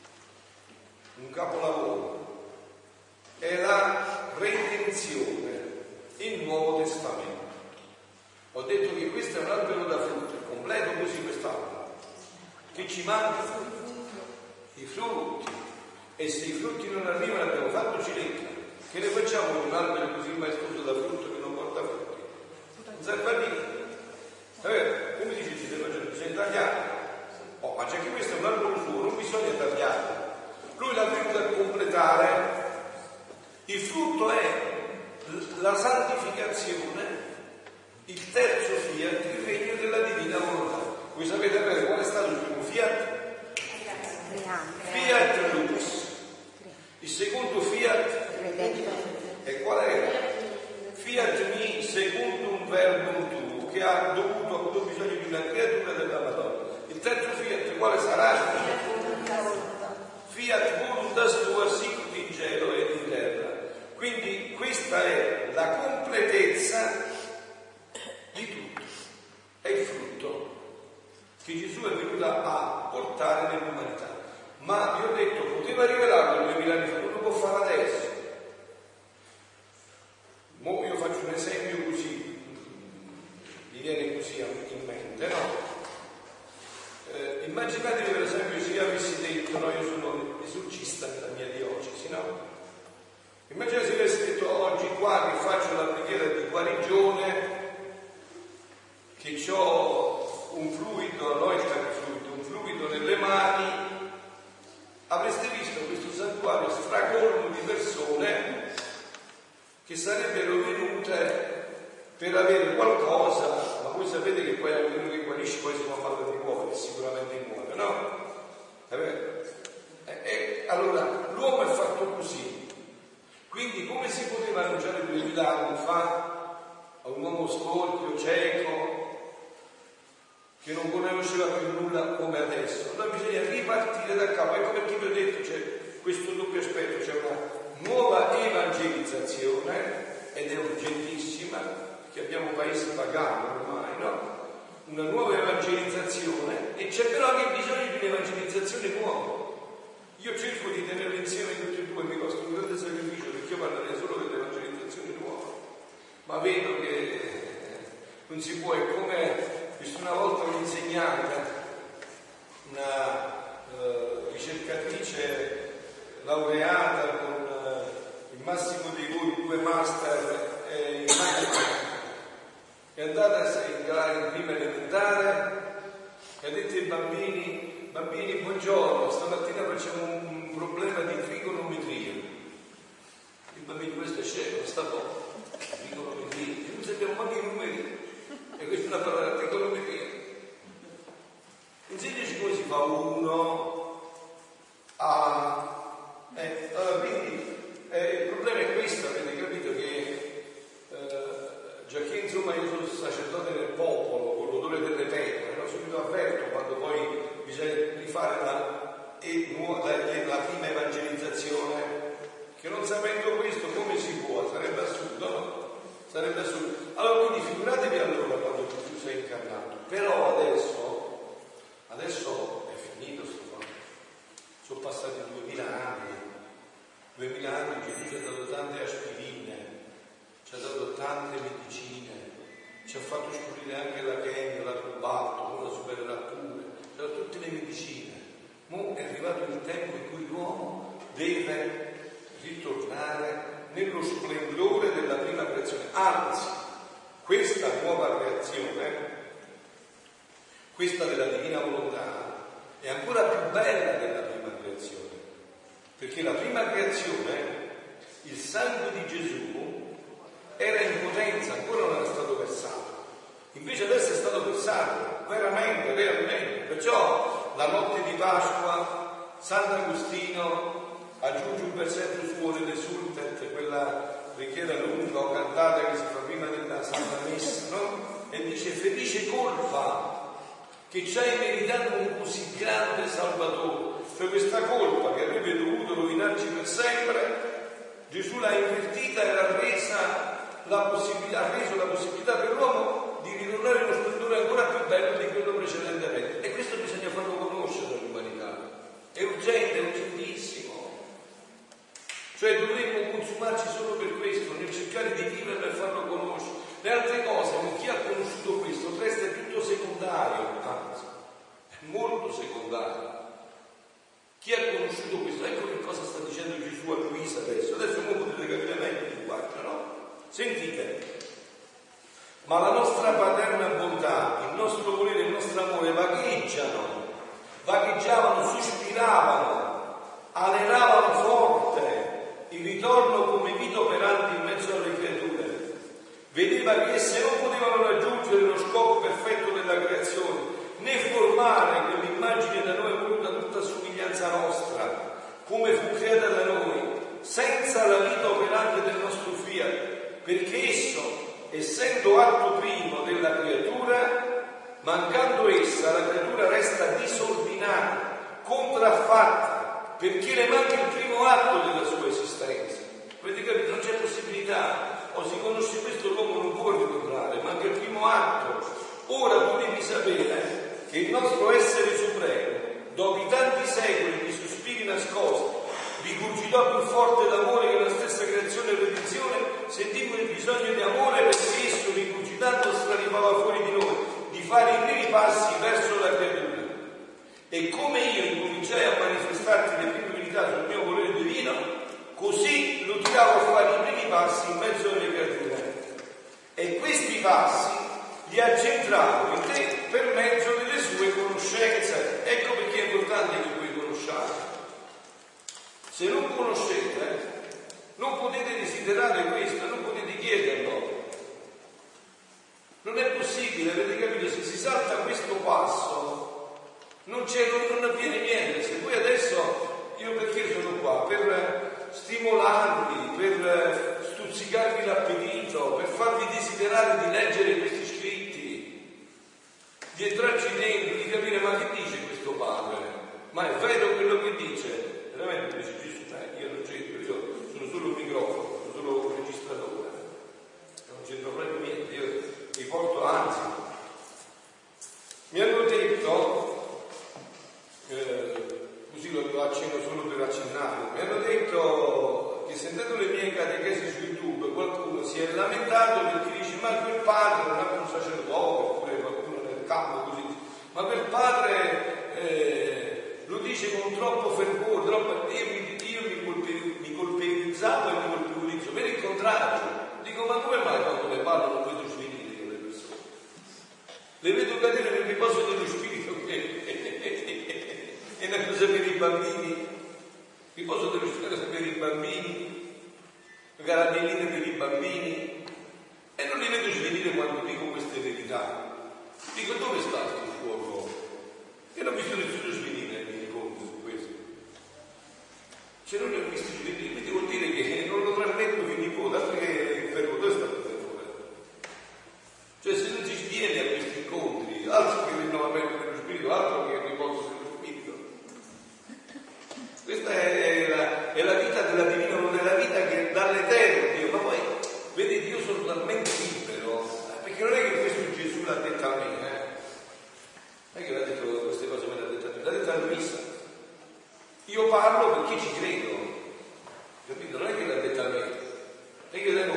un capolavoro. È la redenzione, il Nuovo Testamento. Ho detto che questo è un albero da frutto, è completo così quest'albero. Che ci mancano? I frutti. E se i frutti non arrivano abbiamo fatto cilecca. Che ne facciamo con un albero così maestoso da frutto che non porta frutti? Non serve a niente. Come dice ci bisogna tagliare. Ma già che questo è un albero suo, non bisogna tagliare. Lui l'ha venuto a completare. Il frutto è la santificazione, il terzo fiat, il regno della divina volontà. Voi sapete bene qual è stato il primo fiat? Fiat lux. Il secondo fiat? E qual era? Fiat mi secundum verbum tuo, che ha avuto bisogno di una creatura della Madonna. Il terzo fiat quale sarà? Fiat voluntas tua sicut in cielo ed in terra. Quindi questa è la completezza di tutto, è il frutto che Gesù è venuto a portare nell'umanità. Ma vi ho detto, poteva rivelarlo 2000 anni fa, non lo può fare adesso. Mo io faccio un esempio così, mi viene così in mente, no? Immaginatevi per esempio se io avessi detto, no, io sono esorcista nella mia diocesi, no? Immaginate se avessi detto resto oggi qua che faccio la preghiera di guarigione, che ho un fluido, un fluido nelle mani, avreste visto questo santuario stracolmo di persone che sarebbero venute per avere qualcosa, ma voi sapete che poi quello che guarisce poi si può fare di muovere, sicuramente muore, no? Allora l'uomo è fatto così, quindi come si poteva annunciare 2000 anni fa a un uomo scolpio, cieco, che non conosceva più nulla come adesso? Allora bisogna ripartire da capo. Ecco perché vi ho detto c'è questo doppio aspetto, c'è una nuova evangelizzazione ed è urgentissima, perché abbiamo un paese pagano ormai, no? Una nuova evangelizzazione, e c'è però anche bisogno di un'evangelizzazione nuova. Io cerco di tenerle insieme tutte e due, mi costa un grande sacrificio perché io parlerei solo dell'evangelizzazione nuova, ma vedo che non si può. È come visto una volta un'insegnante, una ricercatrice laureata con il massimo dei voti, 2 master in matematica, è andata in prima elementare e ha detto ai bambini buongiorno, stamattina facciamo un problema di trigonometria. I bambini, questo è scemo, non sta buono, trigonometria, non sappiamo manco i numeri, e questa è una parola, trigonometria. Insegnaci come si fa 1 a allora, quindi il problema è questo, avete capito che giacché insomma io sono sacerdote del popolo con l'odore delle pecore, no? Subito avverto quando poi bisogna rifare la prima evangelizzazione, che non sapendo questo come si può? Sarebbe assurdo, no? Sarebbe assurdo. Allora quindi figuratevi allora quando Gesù si è incarnato. Però adesso è finito sto fatto. Sono passati 2000 anni. 2000 anni Gesù ci ha dato tante aspirine, ci ha dato tante medicine, ci ha fatto scoprire anche la chemia, la tubato, la supererà pure, ci ha dato tutte le medicine. Mo è arrivato il tempo in cui l'uomo deve ritornare nello splendore della prima creazione. Anzi, questa nuova creazione, questa della divina volontà, è ancora più bella della prima creazione. Perché la prima creazione, il sangue di Gesù, era in potenza, ancora non era stato versato. Invece adesso è stato versato, veramente, realmente. Perciò la notte di Pasqua, Sant'Agostino aggiunge un versetto suo nell'Esultet, quella preghiera lunga o cantata che si fa prima della Santa Messa, no? E dice: felice colpa che ci hai meritato un così grande Salvatore. Cioè questa colpa che avrebbe dovuto rovinarci per sempre, Gesù l'ha invertita e ha reso la possibilità per l'uomo di ritornare in uno splendore ancora più bello di quello precedentemente. E questo bisogna farlo conoscere all'umanità. È urgente, è urgentissimo. Cioè dovremmo consumarci solo per questo, nel cercare di viverlo e farlo conoscere. Le altre cose, con chi ha conosciuto questo, resta tutto secondario, anzi, è molto secondario. Chi ha conosciuto questo? Ecco che cosa sta dicendo Gesù a Luisa adesso. Adesso voi potete capire meglio il linguaggio, no? Sentite. Ma la nostra paterna bontà, il nostro volere, il nostro amore vagheggiavano, sospiravano, anelavano forte il ritorno come vita operante in mezzo alle creature. Vedeva che esse non potevano raggiungere lo scopo perfetto della creazione, né formare quell'immagine da noi voluta tutta somiglianza nostra, come fu creata da noi, senza la vita operante del nostro fiat, perché esso, essendo atto primo della creatura, mancando essa, la creatura resta disordinata, contraffatta, perché le manca il primo atto della sua esistenza. Avete capito? Non c'è possibilità. O si conosce questo, l'uomo non può ritornare, manca il primo atto. Ora tu devi sapere che il nostro essere supremo, dopo i tanti secoli di sospiri nascosti, rigurgitò più forte d'amore che la stessa creazione e redenzione, sentimmo il bisogno di amore perché esso, rigurgitando, straripava fuori di noi, di fare i primi passi verso la creatura. E come io incominciai a manifestarti le prime verità sul mio volere divino, così lo tiravo a fare i primi passi e questi passi li ha centrato in te per mezzo delle sue conoscenze. Ecco perché è importante che voi conosciate. Se non conoscete, non potete desiderare questo, non potete chiederlo. Non è possibile, avete capito? Se si salta questo passo non avviene niente. Se voi adesso, io perché sono qua? Per stimolarvi, per stuzzicarvi l'appetito, per farvi desiderare di leggere questi scritti, di entrarci dentro, di capire ma che dice questo padre? Ma è vero quello che dice? Veramente dice Gesù, io non c'entro, io sono solo un microfono, sono solo un registratore, non c'entro proprio niente, io vi porto, anzi, mi hanno detto, così lo accenno solo per accennare, mi hanno detto che sentendo le mie catechesi su YouTube qualcuno si è lamentato perché dice ma quel padre non è un sacerdote, oppure qualcuno nel campo così, ma quel padre lo dice con troppo fervore, io mi colpevolizzavo e mi colpevolizzo, per il contrario, dico ma come mai quando ne parlo non vedo svenire io le persone? Le vedo cadere nel riposo dello spirito che è una cosa per i bambini, riposo dello spirito per i bambini, caramelle per i bambini, e non li vedo svenire quando dico queste verità. Dico dove sta questo fuoco? Io non ho visto nessuno svenire ai miei conti su questo. Se non li ho visti svenire, quindi vuol dire che non lo trasmetto che nipote, altro che il fermo, dove sta il fermo? Cioè se non si viene a questi incontri, altro che il rinnovamento dello spirito, altro che il riposo dello spirito. Questa è la vita della divina, non è la vita che dall'eterno Dio, ma poi vedete io sono talmente libero, perché non è che questo Gesù l'ha detto a me, non è che l'ha detto queste cose, me l'ha detto a me, l'ha detto a Luisa. Io parlo perché ci credo, capito? Non è che l'ha detto a me, non è che devo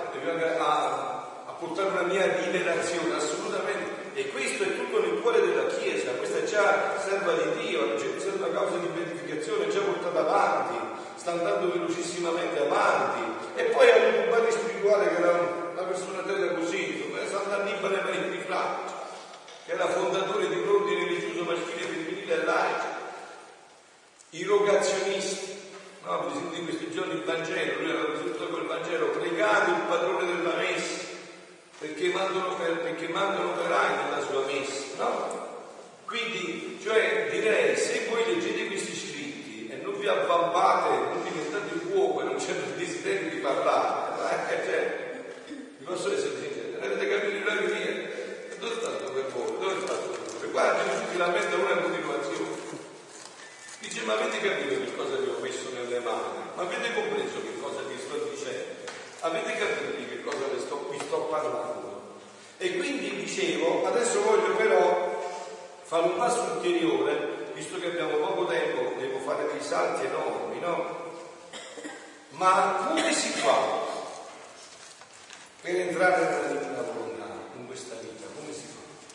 a portare una mia rivelazione, assolutamente. E questo è tutto nel cuore della Chiesa, questa è già serva di Dio, c'è una causa di beatificazione già portata avanti, sta andando velocissimamente avanti. E poi ha un padre spirituale che era una persona tesa così, come Sant'Annibale Maria di Francia, che era fondatore di un ordine religioso maschile, femminile e laico, i rogazionisti, no? Per esempio in questi giorni il Vangelo, lui aveva risolto col Vangelo, pregate il padrone della messa, perché mandano operai nella sua messa, no? Quindi, cioè, direi, se voi leggete questi scritti e non vi avvampate, non diventate fuoco e non c'è il desiderio di parlare, cioè, vi posso essere sincero, avete capito la mia? Dove è stato per voi? Dove è stato per voi? Guarda, Gesù si lamenta una continuazione. Dice, ma avete capito che cosa vi ho messo nelle mani? Ma avete compreso che cosa vi sto dicendo? Avete capito di che cosa vi sto parlando? E quindi dicevo, adesso voglio però fare un passo ulteriore, visto che abbiamo poco tempo, devo fare dei salti enormi, no? Ma come si fa per entrare nella divina volontà, in questa vita? Come si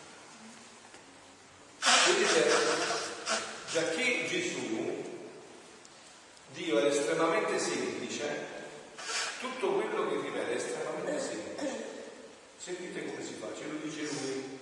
fa? Vedete, giacché Gesù, Dio è estremamente semplice, tutto quello che rivela è estremamente semplice. Sentite come si fa, ce lo dice lui.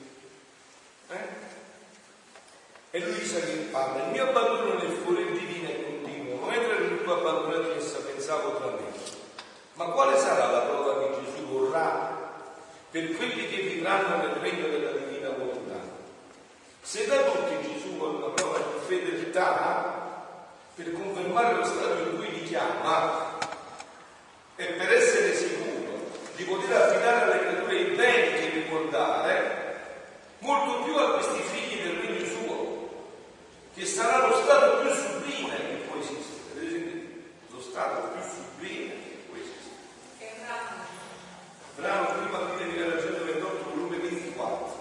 E Luisa che parla, il mio abbandono nel cuore divino è continuo, mentre il tuo abbandono di essa pensavo tra me. Ma quale sarà la prova che Gesù vorrà per quelli che vivranno nel regno della divina volontà? Se da tutti Gesù vuole una prova di fedeltà per confermare lo stato in cui li chiama e per essere sicuro di poter affidare alle creature i beni che vi può dare, molto più a questi figli del regno suo, che sarà lo stato più sublime che può esistere. Vedete? Lo stato più sublime che può esistere. Brano prima di Rivelazione 28, volume 24.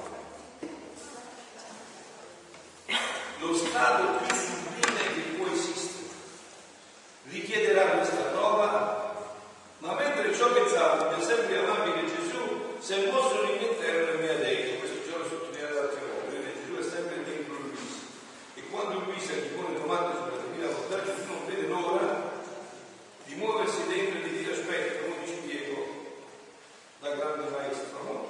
Lo stato più sublime che può esistere richiederà questa prova, ma mentre ciò pensavo, mi è sempre amabile Gesù, se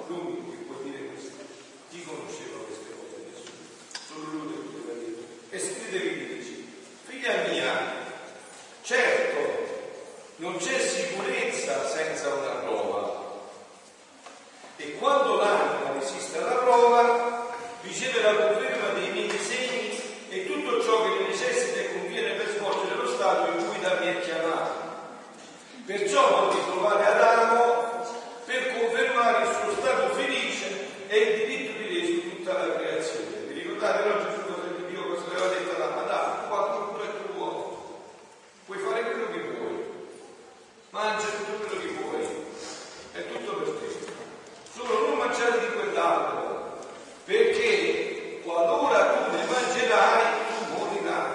l'unico che può dire questo. Chi conosceva queste cose? Nessuno. Solo lui che poteva dire. E scrivetevi dice: figlia mia, certo non c'è sicurezza senza una prova, e quando l'anima resiste alla prova riceve la conferma dei miei segni e tutto ciò che necessita e conviene per svolgere lo stato in cui da me è chiamato. Perciò voglio trovare Adamo per confermare il suo stato felice e il diritto di re su tutta la creazione. Vi ricordate no, Gesù Dio cosa aveva detto ad Adamo? Adamo, qua tutto è tuo uomo, puoi fare quello che vuoi, mangia tutto quello che vuoi, è tutto per te, solo non mangiare di quell'albero, perché qualora tu ne mangerai tu morirai,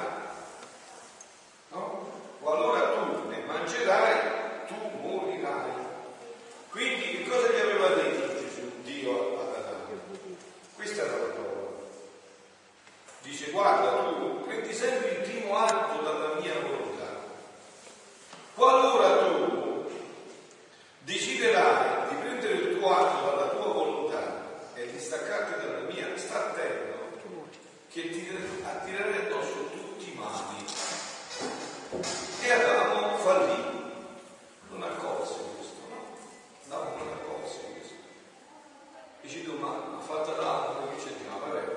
no? Qualora tu ne mangerai tu morirai. Quindi che cosa gli aveva detto Gesù, Dio ad Adamo? Questa è la prova. Dice: guarda, tu prendi sempre il primo atto dalla mia volontà. Qualora tu deciderai di prendere il tuo atto dalla tua volontà e di staccarti dalla mia, sta attento che ti attirerai addosso tutti i mali. E Adamo fallì, non accorse questo, no? Adamo non accorse questo. Dici tu, ma ha fatto Adamo, che c'è di no? Vabbè,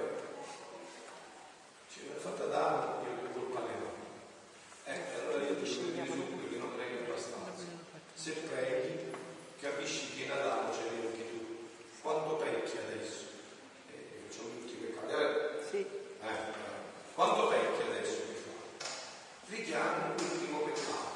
ha fatto Adamo, io che colpa ne ho? Allora io ti dico subito che non preghi abbastanza. Se preghi, capisci che in Adamo c'è anche tu. Quanto pecchi adesso? Facciamo tutti i peccati. Sì. Quanto pecchi adesso? Richiamo l'ultimo peccato.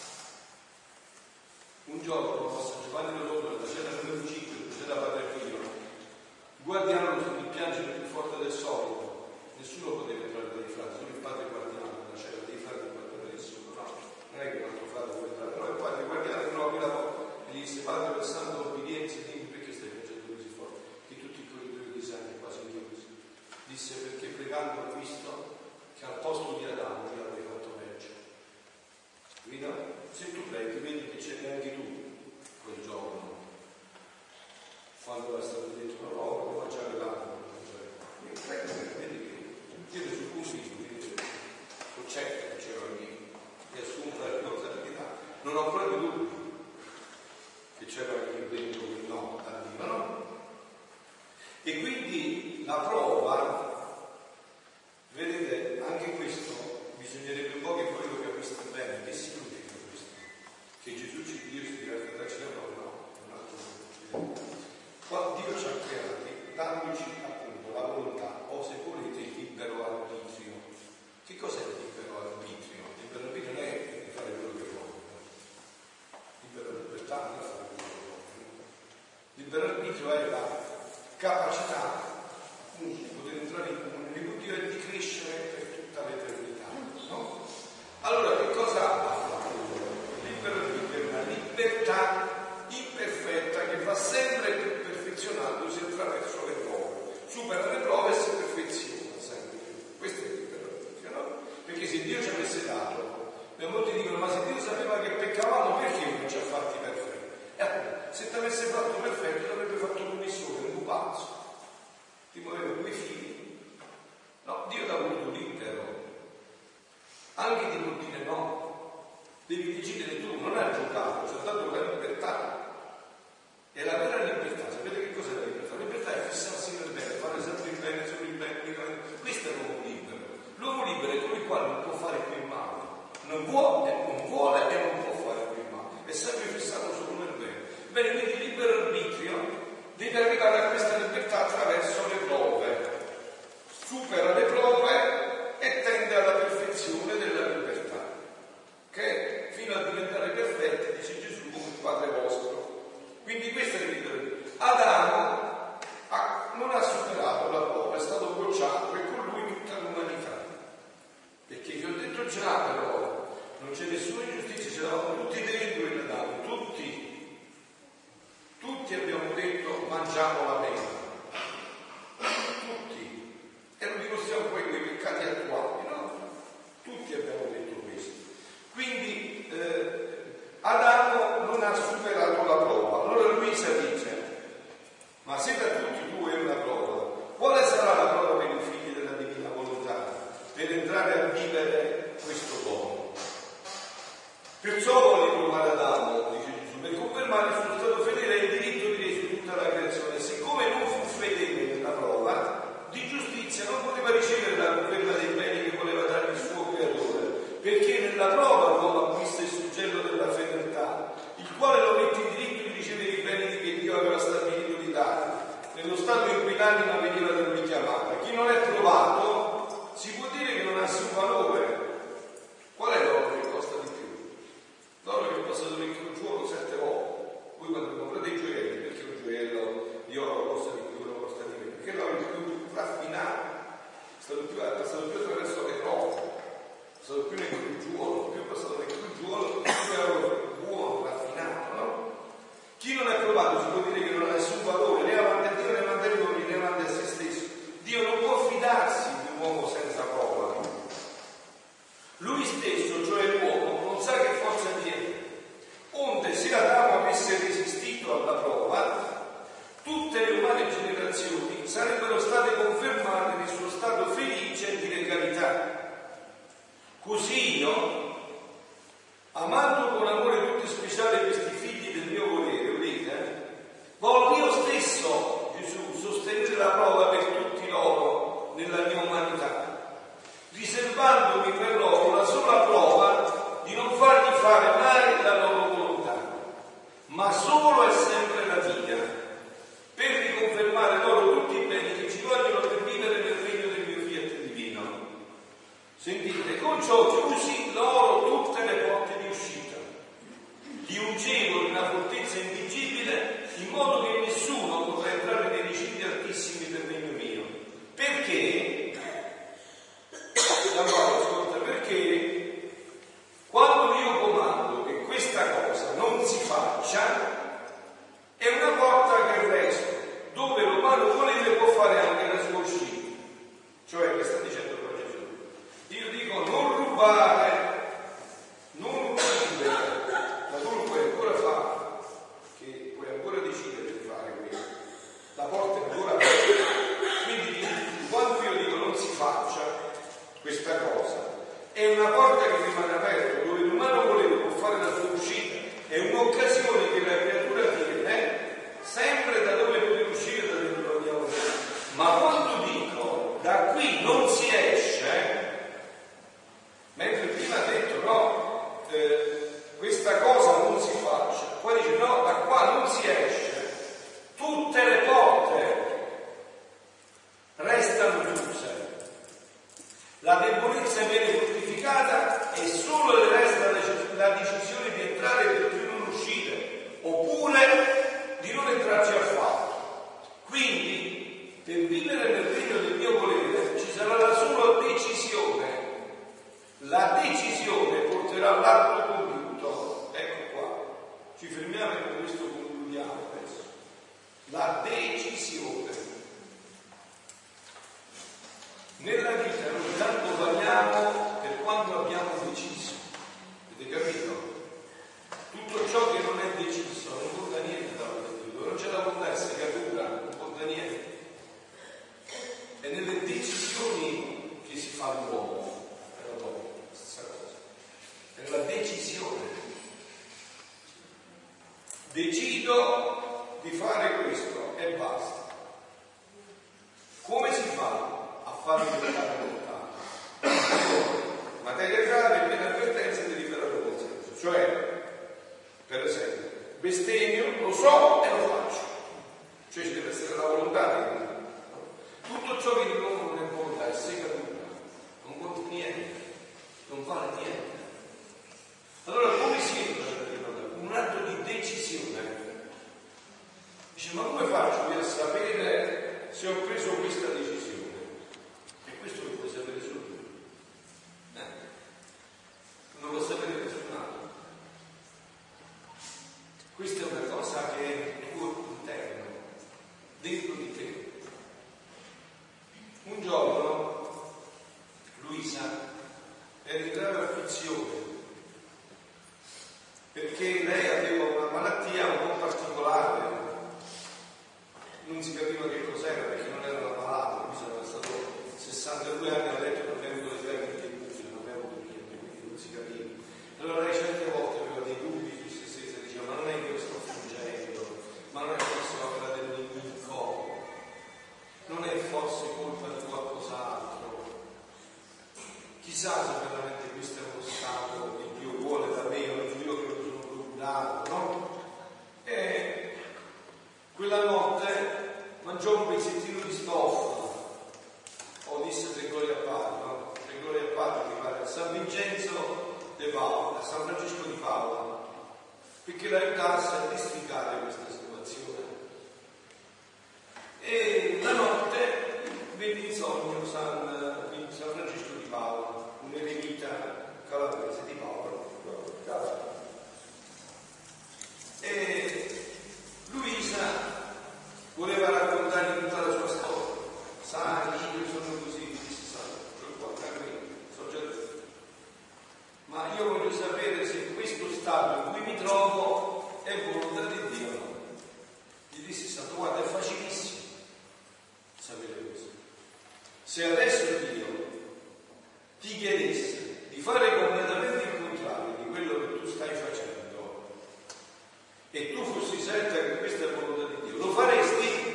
Un giorno San Giovanni Rotondo, la cena numero 5, cena Padre Pio, guardiano sul piangere più forte del solito. Nessuno poteva entrare dai frati, solo il padre guardiano, c'era dei frati che guardavano nessuno, no? Non è che un altro frate può entrare, no, il padre guardiano non aprì la porta e gli disse: padre, per santa obbedienza, dimmi perché stai piangendo così forte, che tutti i corridori di sangue quasi chiusi. Disse: perché pregando ho visto che al posto di Adamo io avrei fatto peggio. Quindi se tu preghi vedi che c'eri anche tu quel giorno, quando era stato detto no, devo mangiare l'altro, vedi che io sul consiglio lo certo che c'era lì e assunta la responsabilità, non ho proprio dubbi che c'era anche dentro quel no arriva, no? E quindi la prova, vedete, anche questo bisognerebbe un po' che voi lo capiste bene. Che significa questo? Che Gesù Dio si deve darci la prova? No, un altro. Quando Dio ci ha creati, dandoci appunto la volontà, o se volete il libero arbitrio. Che cos'è il libero arbitrio? Il libero arbitrio non è di fare quello che vuole, libera libertà non è fare quello che vuole. Il libero arbitrio è la capacità di poter entrare in comunione con Dio e di crescere per tutta l'eternità, no? Allora che cosa ha fatto? Il libero arbitrio è una libertà imperfetta che va sempre più perfezionandosi attraverso le prove, supera le prove e si perfeziona sempre più. Questo è il libero arbitrio, no? Perché se Dio ci avesse dato, molti dicono: ma se Dio sapeva che peccavamo, perché non ci ha fatti perfetti? Se ti avesse fatto perfetto, l'avrebbe fatto commissione, un pupazzo, ti muoveva due fili. No, Dio t'ha voluto libero, anche di non dire no, devi decidere tu, non hai giocato, ci ha dato la libertà. E la vera libertà, sapete che cos'è la libertà? La libertà è fissarsi nel bene, fare sempre il bene, solo il bene. Questo è l'uomo libero. L'uomo libero è colui il quale non può fare più il male, non vuole e non può fare più il male, è sempre fissato solo nel bene. Bene, quindi il libero arbitrio deve arrivare a questa libertà attraverso le prove, supera le prove e tende alla perfezione della libertà, che fino a diventare perfetti, dice Gesù, come il Padre vostro. Quindi questo è il libero arbitrio. Adamo non ha superato la prova, è stato bocciato e con lui tutta l'umanità, perché vi ho detto già, però non c'è nessuna ingiustizia, ce l'avamo tutti dentro in Adamo, tutti abbiamo detto mangiamo la mela, tutti, e lo dimostriamo poi quei peccati attuali, no? Tutti abbiamo detto questo. Quindi Adamo non ha superato la prova. Allora Luisa dice: ma l'anima veniva da lui chiamata. Chi non è provato si può dire che non ha nessun valore. Qual è l'oro che costa di più? L'oro che costa un gioco 7 volte. Voi quando comprate i gioielli, perché un gioiello di oro costa di più, non costa di meno? Perché l'oro è più raffinato, è passato più attraverso le prove, è stato più nel crogiuolo, più è passato nel crogiuolo, più è oro buono, raffinato, no? Chi non è provato si può dire che non ha nessun valore, né avanti a Dio, né avanti agli uomini, né avanti a se stesso. Dio non può fidarsi di un uomo senza prova. Lui stesso, cioè l'uomo, non sa che forza tiene. Onde se Adamo avesse resistito alla prova, tutte le umane generazioni sarebbero state confermate nel suo stato felice di legalità. Così io, amando con amore tutto speciale questi figli del mio volere, udite, voglio io stesso, Gesù, sostenere la prova per tutti loro nella mia umanità, riservandomi per loro la sola prova di non fargli fare mai la loro volontà, ma solo e sempre la mia, per riconfermare loro tutti i beni che ci vogliono per vivere nel regno del mio fiat divino. Sentite, con ciò chiusi loro tutte le porte di uscita, li ungevo in una fortezza invincibile, in modo che nessuno potrà entrare nei recinti altissimi del regno mio. Perché? Ascolta, perché quando io comando che questa cosa non si faccia, è una porta che resta, dove l'umano volere può fare anche la sua uscita. Cioè, che sta dicendo qua Gesù? Io dico non rubare, non uccidere, ma tu lo puoi ancora fare, che puoi ancora decidere di fare questo. La porta è ancora aperta. Quindi quando io dico non si faccia questa cosa, è una porta che rimane aperta, dove l'umano volere può fare la sua uscita, è un'occasione che la creatura tiene sempre da dove poter uscire, da dove vogliamo vedere. Ma quando dico da qui non si esce, mentre prima ha detto no, questa cosa non si faccia, poi dice no, da qua non si esce, tutte le porte restano chiuse. La debolezza viene fortificata e solo le resta la decisione di entrare per più non uscire, oppure di non entrarci affatto. Quindi, per vivere nel regno del mio volere ci sarà la sola decisione. La decisione porterà all'atto compiuto. Ecco qua. Ci fermiamo e con questo concludiamo adesso. La decisione. Nella vita noi tanto valiamo per quanto abbiamo deciso. Avete capito? Tutto ciò che non è deciso non conta niente davanti a Dio, non c'è da contare segatura, non conta niente. È nelle decisioni che si fa l'uomo, è la stessa cosa. È la decisione. Decido di fare questo e basta. Come si fa a fare diventare lontano? Materia grave, piena avvertenza e deliberato consenso. Cioè, per esempio, bestemmio, lo so e lo faccio. Cioè ci deve essere la volontà di dire. Tutto ciò che non è volontà è segatura, non conta niente, non vale niente. Allora come si entra un atto di decisione? Dice, ma come faccio io a sapere se ho preso questa decisione? E questo lo puoi sapere solo tu. Non lo sapere nessun altro. Questa è una cosa che è tuo interno, dentro di te. Un giorno Luisa era in grave afflizione perché lei aveva una malattia un po' particolare, non si capiva che cos'era perché non era una malata. Luisa era stato 62 anni a letto, non aveva avuto le fiamme, non aveva avuto niente, quindi non si capiva. Allora lei certe volte aveva dei dubbi su se stessa, diceva ma non è che io sto fuggendo, ma non è forse opera del nemico, non è forse colpa di qualcos'altro, chissà se veramente questo è uno stato che Dio vuole da me, o io che lo sono procurato, no? E quella notte, ma mangiò un pezzettino di stoffa, o disse tre glorie a Padre, no? Tre glorie a Padre mi pare, a San Vincenzo de Paola, a San Francesco di Paola, perché l'aiutasse a districare questa situazione. E la notte venne in sogno San Francesco di Paola, un eremita calabrese di Paola. E Luisa voleva raccontargli tutta la sua storia. Sai, io sono così, disse so già detto. Ma io voglio sapere se questo stato in cui mi trovo è volontà di Dio. Gli disse Santo, guarda, è facilissimo sapere questo. Se adesso Dio ti chiedesse di fare completamente il contrario di quello che tu stai facendo e tu fossi certa che questa è volontà di Dio, lo faresti?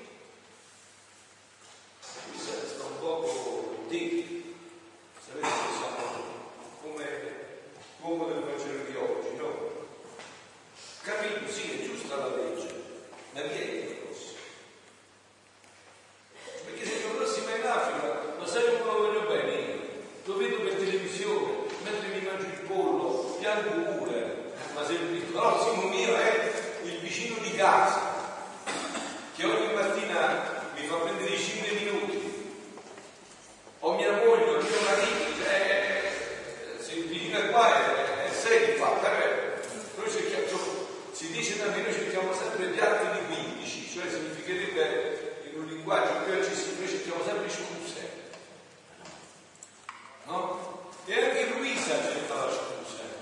Mi sembra un poco di sapete che siamo come l'uomo del Vangelo di oggi, no? Capito? Sì, è giusta la legge, ma chi è il prossimo? Perché se il prossimo è in Africa, ma sai come lo voglio bene io? Lo vedo per televisione, mentre mi mangio il pollo, piango pure. Ma se il prossimo mio è il vicino di casa, che ogni mattina mi fa prendere i 5 minuti, o mia moglie, o mio marito, se il vicino è qua è 6 infatti, noi cerchiamo, si dice da me, noi cerchiamo sempre piatti di 15, cioè significherebbe in un linguaggio più accessibile, noi cerchiamo sempre scuse, no? E anche Luisa cercava scuse.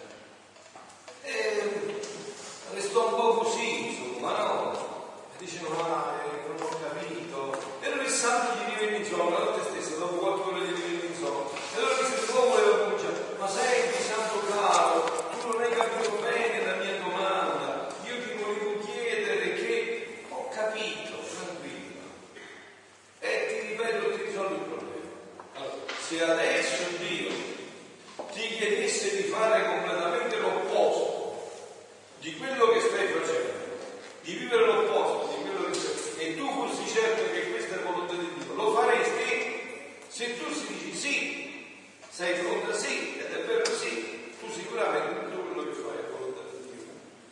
Restò un po' così, insomma, no? E dice, ma non ho capito. E allora il santo gli divenne in sonno, la notte stessa, dopo 4 ore gli divenne in sonno. E allora disse, l'uomo voleva cominciare, ma senti, santo caro, tu non hai capito bene la mia domanda. Io ti volevo chiedere che ho capito, tranquillo. E ti ripeto, ti risolvo il problema. Allora, se adesso Dio ti chiedesse di fare completamente l'opposto di quello che stai facendo, di vivere l'opposto di quello che stai, e tu fossi certo che questa è volontà di Dio, lo faresti? Se tu si dici sì, sei pronta sì, ed è vero sì, tu sicuramente tutto quello che fai è volontà di Dio.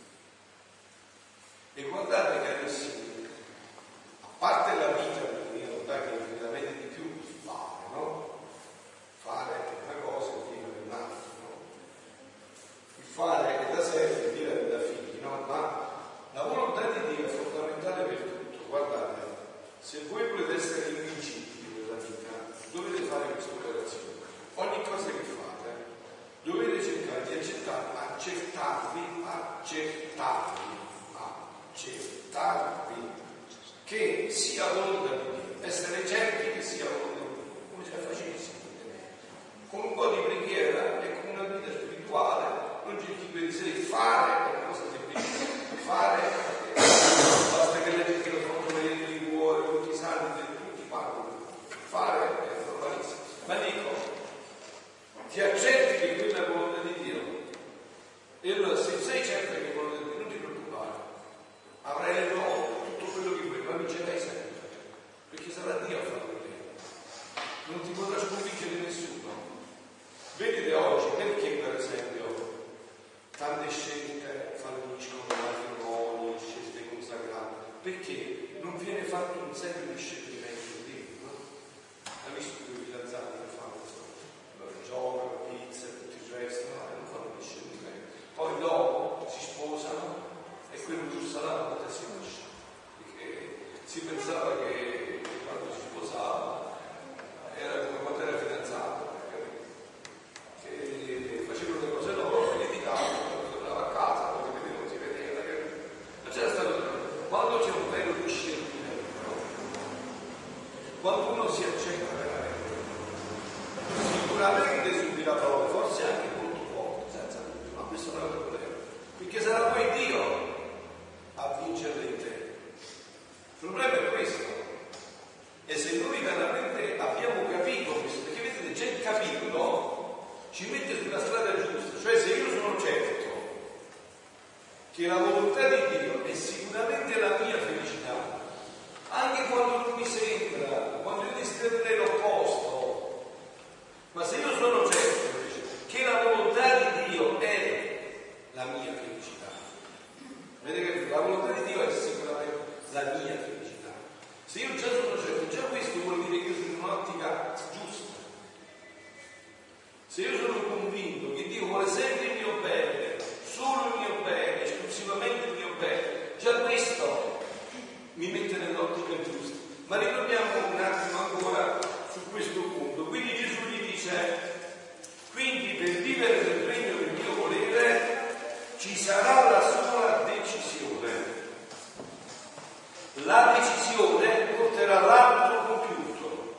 E guardate carissimi, a parte la vita, perché io non che infinitamente di più fare, no? Fare è una cosa e vivere è un'altra, no? Il fare è da sé, il vivere è da figli, no? Ma la volontà di Dio è fondamentale per tutto. Guardate, se voi volete essere invincibili nella vita, dovete fare questa operazione. Ogni cosa che fate, dovete cercare di accettarvi che sia volontà di Dio, essere certi che sia volontà di Dio, come sia facilissimo. Con un po' di preghiera e con una vita spirituale non cerchi per sé, fare è una cosa semplice, fare basta che leggi che lo fanno vedere i cuori, tutti i santi, tutti parlano, fare è normalissimo. Ma dico, ti accetti che quella è volontà di Dio, e allora se sei certo che è volontà di Dio non ti preoccupare, avrai il no, tutto quello che vuoi, ma vincerai sempre, perché sarà Dio a farlo per te, non ti potrà sconfiggere nessuno. Vedete oggi perché per esempio tante scelte falliscono, matrimoni, scelte consacrate? Perché non viene fatto un serio discernimento di no? Hai visto quei fidanzati che fanno giocano, pizza e tutto il resto, no? Non fanno discernimento. Poi dopo si sposano e quello giusto là non si lascia. Perché si pensava che quando si sposava era come quando era fidanzato. Facevano le cose loro, si litigavano, tornava a casa, poi si vedeva, ma c'era stato quando c'è un vero discernimento, no? Quando uno si accetta veramente, sicuramente subirà prove, forse anche molto forte, senza dubbio, ma questo non è un problema, perché sarà poi Dio a vincere in te. Il problema è questo, e se noi veramente abbiamo capito questo, perché vedete, già il capito ci mette sulla strada giusta, cioè se io sono certo che la volontà di Dio è sicuramente la mia felicità, anche quando Se io già sono certo, già questo vuol dire che io sono in un'ottica giusta. Se io sono convinto che Dio vuole sempre il mio bene, solo il mio bene, esclusivamente il mio bene, già questo mi mette nell'ottica giusta. Ma ritorniamo un attimo ancora su questo punto. Quindi Gesù gli dice: quindi per vivere nel regno del mio volere ci sarà la sola decisione. La decisione porterà l'atto compiuto.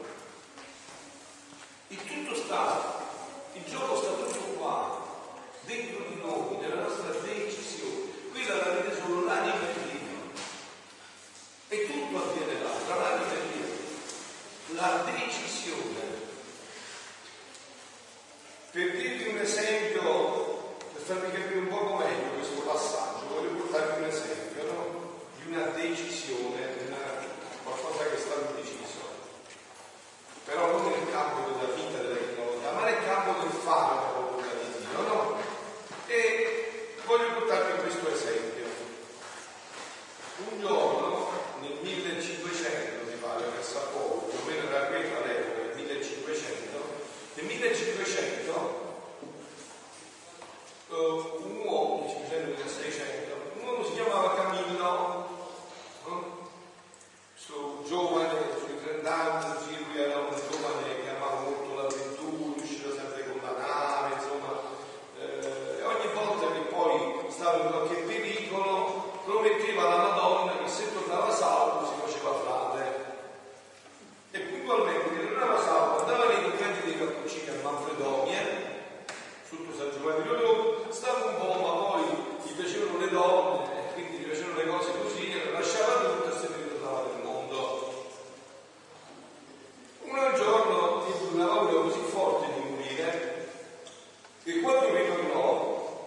Il tutto sta, il gioco sta tutto qua, dentro di noi, nella nostra decisione. Qui la avete solo l'anima e Dio. E tutto avviene là, tra l'anima e Dio. La decisione. Per dirvi un esempio, per farvi capire un poco meglio questo passaggio, voglio portarvi un esempio, no? Di una decisione, di qualcosa che è stato deciso, però non nel campo della vita, della tecnologia, ma nel campo del fare la volontà di Dio, no? E voglio portarvi questo esempio. Un giorno, nel 1500, mi pare, che sa poco, più o meno era quella all'epoca, nel 1500, nel 1500 un uomo, 1600, un uomo si chiamava Camillo, questo giovane, sui 30 anni, sì, lui era un giovane che amava molto l'avventura, usciva sempre con la nave, insomma, e ogni volta che poi stava in qualche pericolo prometteva alla Madonna che se tornava salvo si faceva frate. E puntualmente che tornava salvo, andava nei conventi dei Cappuccini a Manfredonia, sotto San Giovanni di Loro, stava un po', ma poi gli piacevano le donne, e quindi gli piacevano le cose così, e lasciava tutto e se ne ritornava nel mondo. Un giorno ebbe una paura così forte di morire, che quando ritornò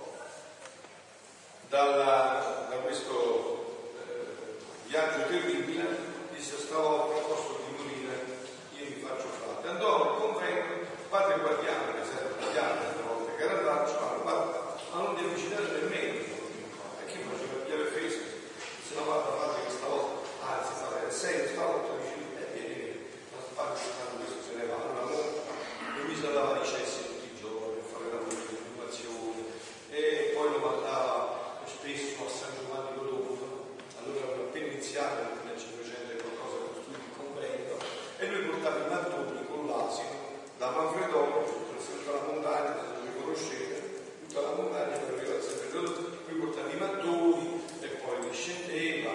da questo viaggio terribile, disse: stavolta al posto di morire io mi faccio frate. Andò al convento, padre guardiano, che serve guardiano, che era braccio, ma non ti avvicinare nemmeno, e chi faceva chiave offesa? Se no padre che stavolta, anzi padre, sei stavolta vicino e vieni, ma padre questo se ne va, allora lui mi salvava di cessi tutti i giorni a fare lavoro di occupazione, e poi lo mandava spesso a San Giovanni Rotondo, allora aveva appena iniziato nel 500 qualcosa a costruire il convento, e lui portava i mattoni con l'asino da Manfredonia, tutta la montagna, dove conoscete, tutta la montagna per arrivare a San Pedro, lui portava i mattoni e poi scendeva.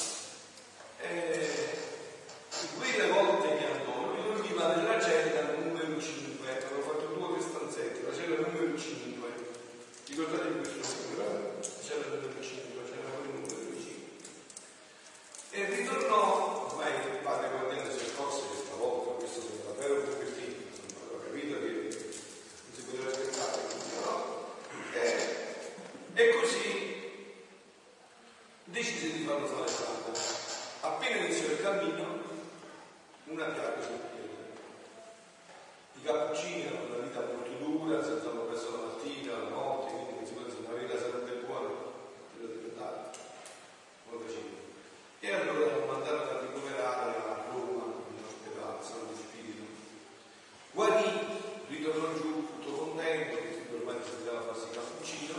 Quelle volte che andò, lui dormiva nella cella numero 5, avevo fatto 2 o 3 stanzette, la cella numero 5, ricordate questo numero? La cella numero 5, c'era quel numero 5. E ritornò, ormai il padre guardiano si accorse che stavolta questo era davvero un pochettino, aveva capito che non si poteva aspettare, no? E così decise di farlo fare frate. Appena iniziò il cammino, una piaga sul piede. I Cappuccini hanno una vita molto dura, si alzano presto la mattina, la notte, quindi non si può dire una vita salute buona, quello deve dare. E allora lo mandarono a ricoverare a Roma, in ospedale, Santo Spirito. Guarì, ritornò giù tutto contento, perché ormai si poteva farsi il cappuccino.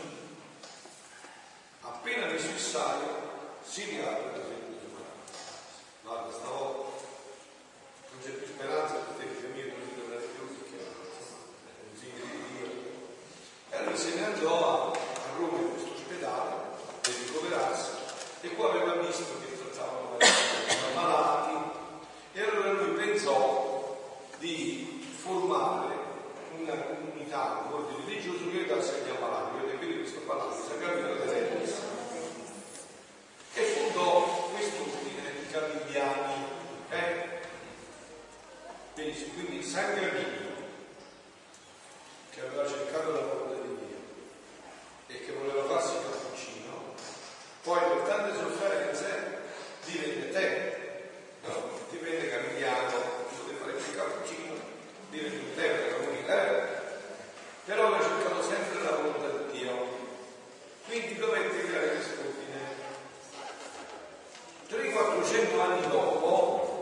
Appena messo il saio, si riapre la seduta. Guarda, stavolta non c'è più speranza per te, figlio mio, non ti tornare più, perché non si vede Dio. E allora se ne andò a Roma in questo ospedale per ricoverarsi, e qua aveva visto che trattavano malati, e allora lui pensò di formare una comunità, un ordine religioso che aiutasse agli ammalati. Vedete, quindi questo parlando di San Camillo delle Lettis, e fondò questo ordine di Camilliani. Benissimo, quindi San Camillo, che aveva cercato la volontà di Dio e che voleva farsi cappuccino, poi per tante sofferenze divenne te, no? Divenne Camilliano, poteva fare il cappuccino, divenne un te per la comunità, però aveva cercato sempre la volontà di Dio, quindi dovette creare questo ordine. 300-400 anni dopo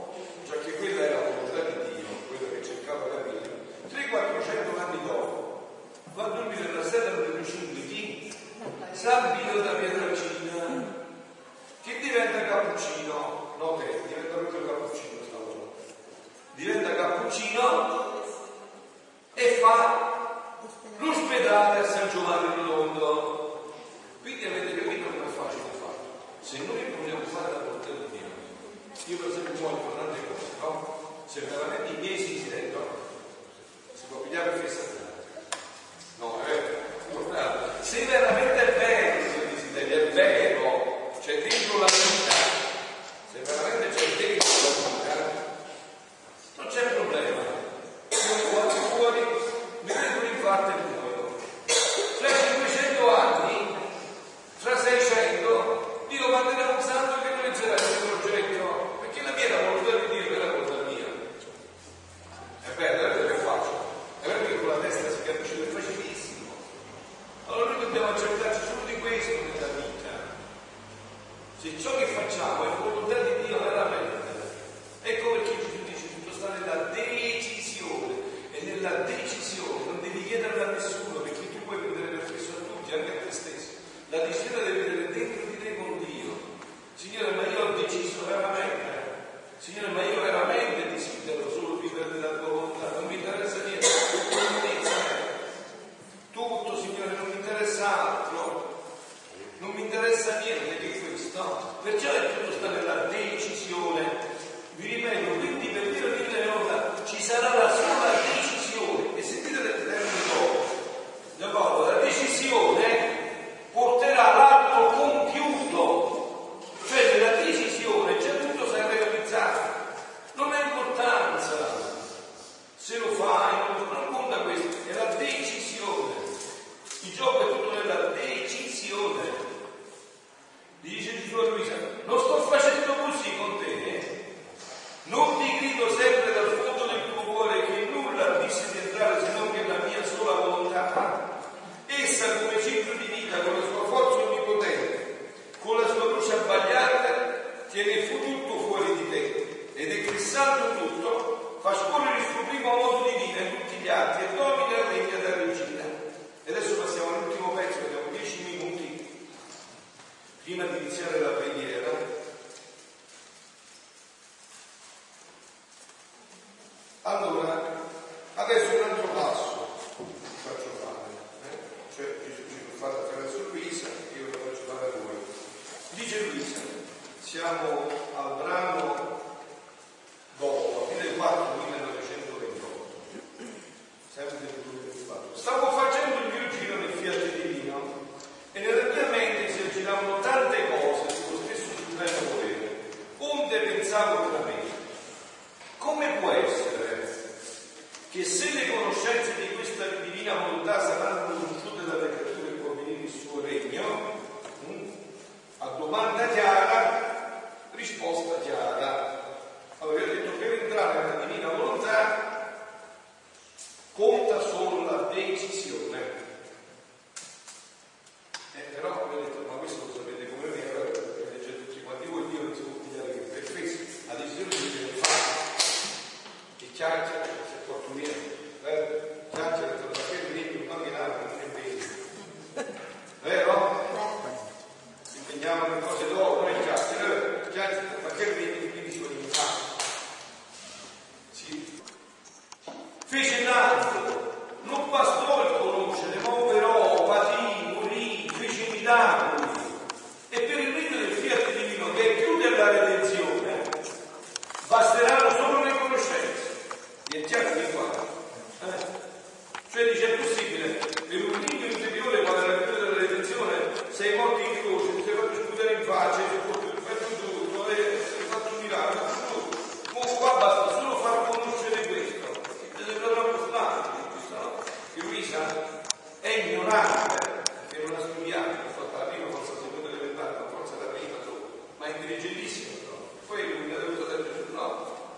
fatto dormire nella stella numero 5 di San Vito da Pietrelcina, che diventa cappuccino, no che diventa proprio cappuccino stavolta, diventa cappuccino e fa l'ospedale a San Giovanni Rotondo. Quindi avete capito come è facile farlo. Se noi vogliamo fare la volontà di Dio, io per esempio muoio tante cose, no? Se veramente i miei si sentono, si può pigliare per festa. No, se veramente è vero il desiderio, è vero, c'è dentro la vita, se veramente c'è dentro la vita, non c'è problema. Io guardo fuori, mi vedo l'infarto e muoio. Fra 500 anni, fra 600, Dio manderà un santo che realizzerà questo progetto, perché la mia è la volontà di Dio, che è la volontà mia. È bello, è vero che faccio. È vero che con la testa si capisce che è facilissimo. Allora noi dobbiamo accertarci solo di questo nella vita. Se ciò che facciamo è volontà di Dio veramente, ecco perché Gesù dice tutto sta nella decisione, e nella decisione non devi chiederla a nessuno, perché tu puoi prendere permesso a tutti, anche a te stesso. La decisione deve vedere dentro di te con Dio. Signore, ma io ho deciso veramente. Signore, ma io veramente desidero solo vivere nella tua volontà, non mi interessa niente, tutto, Signore, non mi interessa altro, non mi interessa niente che questo, perciò è tutto sta nella decisione. Vi ripeto, quindi per dire nella volontà ci sarà la sola decisione, e sentite il termine dopo, la decisione porterà l'atto compiuto, cioè nella decisione già tutto sarà realizzato, non ha importanza se lo fai, non conta questo, è la decisione, il gioco è tutto nella decisione. Gli dice Gesù a Luisa, non sto facendo così con te, non ti grido sempre dal fondo del tuo cuore che nulla disse di entrare se non che la mia sola volontà. Essa come ciclo di vita, con la sua forza onnipotente, con la sua luce abbagliante, tiene tutto fuori di te ed eclissando tutto fa scorrere il suo primo modo di vita in tutti gli atti e domina e regna da regina. E adesso passiamo all'ultimo pezzo, abbiamo 10 minuti prima di iniziare la preghiera. Allora, adesso un altro passo faccio fare, cioè Gesù ci può fare attraverso Luisa, io lo faccio fare a voi. Dice Luisa, siamo al brano dopo, aprile 4 1928, sempre del 2004. Stavo facendo il mio giro nel Fiat Divino e nella mia mente si aggiravano tante cose sullo stesso supremo volere, onde pensavo tra me, come può essere che se le conoscenze di questa divina volontà saranno conosciute dalle creature che può venire il suo regno, a domanda chiara, risposta chiara. Allora io ho detto, per entrare nella divina volontà conta solo la decisione. Però vi ho detto, ma questo lo sapete come me, allora leggete tutti quanti voi, Dio non si può pigliare che per questo la decisione si deve fare. Che chiacchiera, se porto via, chiacchiera, perché il regno camminare non è bene. Vero? Impegniamo le cose dopo, noi chiacchiera, perché il regno quindi si vuole fare. Sì. Fece tanto, non bastò il conoscere, ma operò, patì, morì, fece miracoli. E per il regno del Fiat Divino, che è più della redenzione, basteranno solo le conoscenze. E chiaro di qua. Cioè dice, è possibile, per un regno interiore, quando è la vita della redenzione, sei morto in croce, ti sei fatto sputare in faccia, ti sei fatto tutto, hai fatto un miracolo, tutto. Ma qua basta solo far conoscere questo. Che Luisa è ignorante, che non ha studiato, ha fatto la prima, forse la seconda elementare, ma forse la prima, ma è intelligentissimo, no? Poi lui ha dovuto dire no,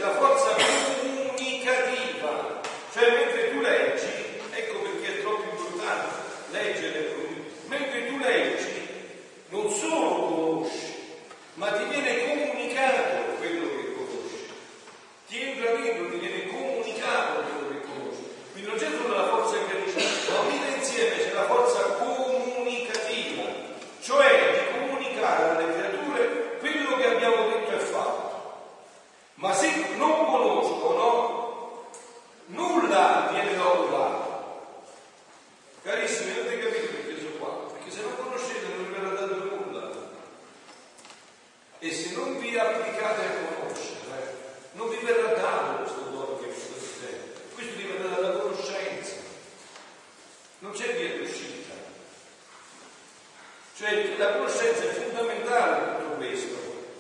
la forza comunicativa, cioè mentre tu leggi, ecco perché è troppo importante leggere, mentre tu leggi non solo conosci, ma ti viene comunicato quello che conosci, ti entra dentro, ti viene comunicato quello che conosci. Quindi non c'è solo la forza che dice, ma unita insieme c'è la forza comunicativa, cioè di comunicare alle creature quello che abbiamo detto e fatto. Ma se non conoscono, nulla viene da un lato. Carissimi, avete capito perché sono qua? Perché se non conoscete non vi verrà dato nulla. E se non vi applicate a conoscere, non vi verrà dato questo dono che vi sto dicendo. Questo dipende dalla conoscenza. Non c'è via d'uscita. Cioè la conoscenza è fondamentale in tutto questo.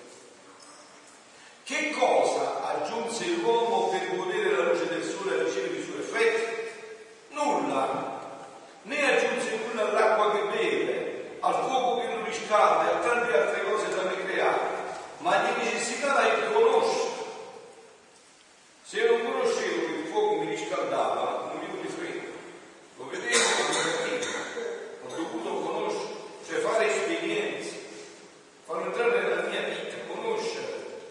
Che cosa aggiunse l'uomo per godere la luce del sole e ricevere i suoi effetti? Nulla. Né aggiunse nulla all'acqua che beve, al fuoco che lo riscalda e a tante altre cose da me create, ma di necessità il conoscere. Se io non conoscevo che il fuoco mi riscaldava, morivo di freddo. Lo vedevo, ho dovuto conoscere, cioè fare esperienze, farlo entrare nella mia vita, conoscere.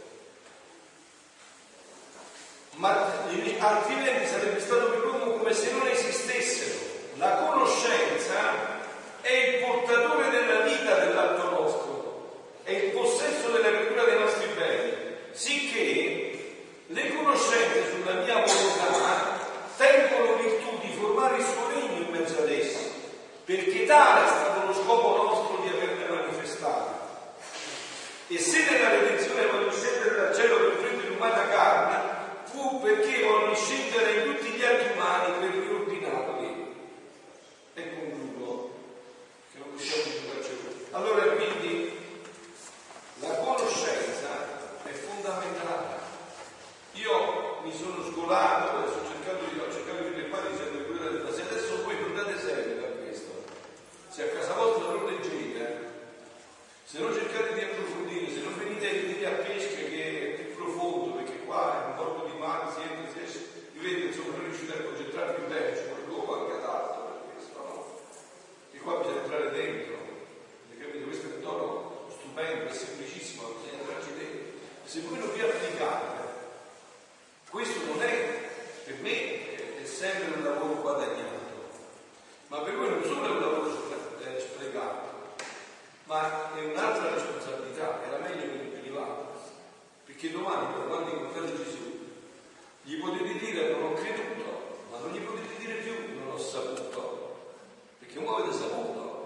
Ma altrimenti sarebbe stato per l'uomo come se non esistessero. La conoscenza è il portatore della vita dell'atto nostro, è il possesso della creatura dei nostri beni, sicché le conoscenze sulla mia volontà tengono virtù di formare il suo regno in mezzo ad essi, perché tale è stato lo scopo nostro di averne manifestato. E se nella redenzione voglio scendere dal cielo per prendere l'umana carne, fu perché voglio scendere in tutti gli atti umani per riordinarli. E concludo, che non possiamo giocarci. Allora quindi la conoscenza è fondamentale. Io mi sono scolato, adesso ho cercato di dire qua dicendo che ma se adesso voi non date serio da questo, se a casa vostra non leggete, se non cercate di approfondire, se non venite a dire a pesca che è più profondo, perché qua è un porto di mare, si entra, si esce, vedete, insomma, non riuscite a concentrarvi bene, ci vuole dopo anche ad altro per questo, no? E qua bisogna entrare dentro, avete capito? Questo è un tono stupendo, è semplicissimo, ma bisogna entrarci dentro. Se voi non vi applicate, questo non è, per me è sempre un lavoro guadagnato, ma per voi non solo è un lavoro sprecato, ma è un'altra responsabilità, era meglio che vi private, perché domani quando incontrate Gesù gli potete dire non ho creduto, ma non gli potete dire più non ho saputo, perché voi avete saputo,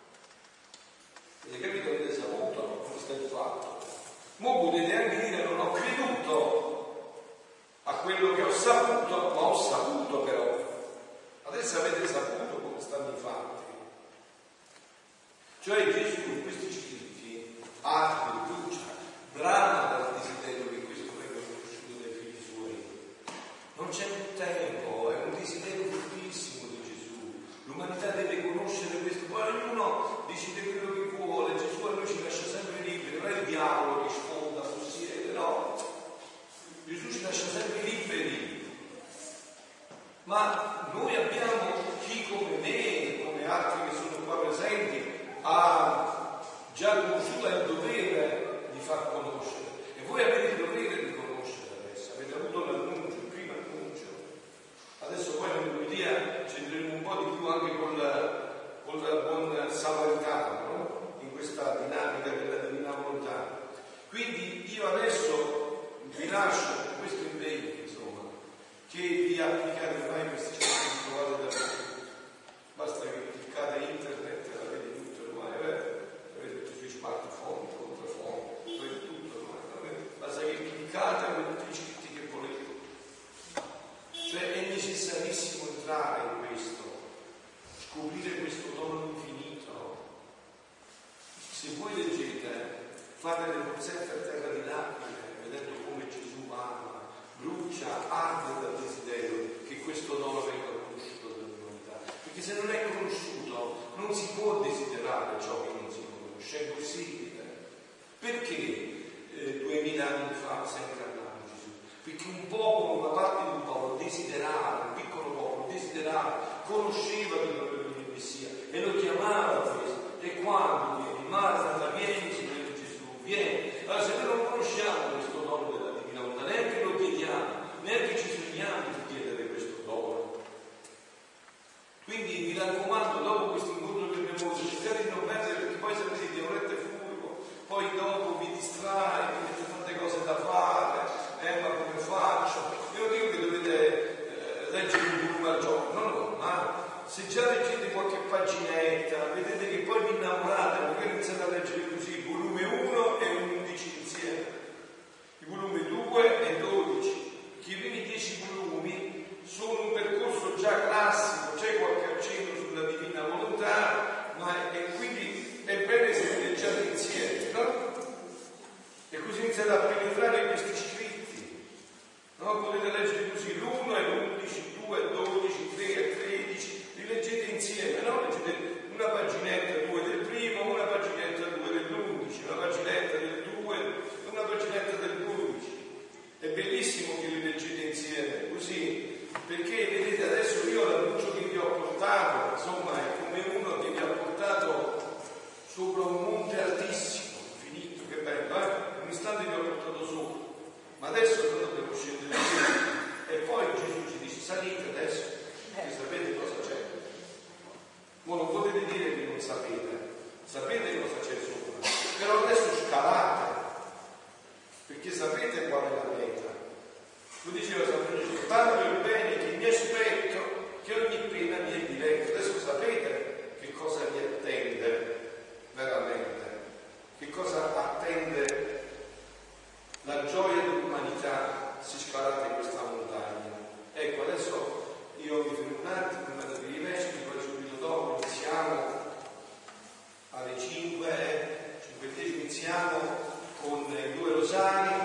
avete capito, avete saputo, questo è il fatto. Mo potete anche dire non ho creduto a quello che ho saputo, ma ho saputo però. Adesso avete saputo come stanno i fatti. Cioè Gesù in questi scritti arde, brucia, brama dal desiderio che questo venga conosciuto dai figli suoi. Non c'è più tempo, è un desiderio fortissimo di Gesù. L'umanità deve conoscere questo, poi ognuno decide quello che vuole, Gesù a noi ci lascia sempre liberi, non è il diavolo che sfonda, possiede, no. Gesù ci lascia sempre liberi. Ma noi abbiamo chi come me, come altri che sono qua presenti, ha già conosciuto il dovere di far conoscere, e voi avete il dovere di conoscere adesso, avete avuto l'annuncio, il primo annuncio. Adesso poi nell'umilia ci andremo un po' di più anche con il buon samaritano, no? In questa dinamica della divina volontà. Quindi io adesso vi lascio questo impegno, insomma, che vi applicate mai questi scienze che trovate da me. Basta che cliccate internet, avete tutto ormai, avete tutti sui smartphone, contraphone, avete tutto ormai, basta che cliccate e avete tutti i scritti che volete. Cioè è necessarissimo entrare in questo, scoprire questo dono infinito. Se voi leggete, fate le pozzette a terra di lacrime, vedendo come Gesù ama, brucia, arde dal desiderio che questo dono venga conosciuto dall'umanità. Perché se non è conosciuto non si può desiderare ciò che non si conosce, è impossibile. Perché 2000 anni fa sempre amavano Gesù? Perché conosceva che doveva venire il Messia e lo chiamava a questo. E quando vieni? Marta, vieni, Signore Gesù, vieni. Allora, se noi non conosciamo questo dono della divina volontà, neanche lo chiediamo, neanche ci sogniamo di chiedere questo dono. Quindi mi raccomando, dopo questo incontro che abbiamo avuto, cercate di non perdere, perché poi sapete che non è furbo, poi dopo vi distrai, avete tante cose da fare, ma come faccio? Io non dico che dovete leggere un volume al giorno, no, ma se già leggete qualche paginetta, vedete che poi vi innamorate, magari iniziate a leggere così, il volume 1 e 11 insieme, il volume 2 e 12, che i primi 10 volumi sono un percorso già classico, c'è qualche accenno sulla divina volontà, e quindi è bene se li leggiate insieme, no? E così iniziate a penetrare questi scritti, no? Potete leggere così l'1 e l'11, 2 e 12, 3 e 13, li leggete insieme, no? Leggete una paginetta, 2 del primo, una paginetta, 2 dell'11, una paginetta del 2, una paginetta dell'11. È bellissimo che li leggete insieme, così, perché vedete adesso io l'annuncio che vi ho portato, insomma, è come uno che vi ha portato sopra un monte altissimo, finito, che bello, in un istante vi ho portato sopra, ma adesso noi dobbiamo scendere giù, e poi Gesù ci dice salite adesso, che sapete cosa c'è. Ma non potete dire che non sapete cosa c'è sopra, però adesso scalate, perché sapete qual è la meta. Lo diceva San Francesco, tanto il bene che mi aspetto che ogni pena mi è diletto. Adesso sapete che cosa vi attende veramente, che cosa attende la gioia dell'umanità se scalate questa montagna. Ecco, adesso io mi fermo un attimo prima di aprire i vescovi, poi subito dopo iniziamo alle 5, 5:10 iniziamo con i 2 rosari.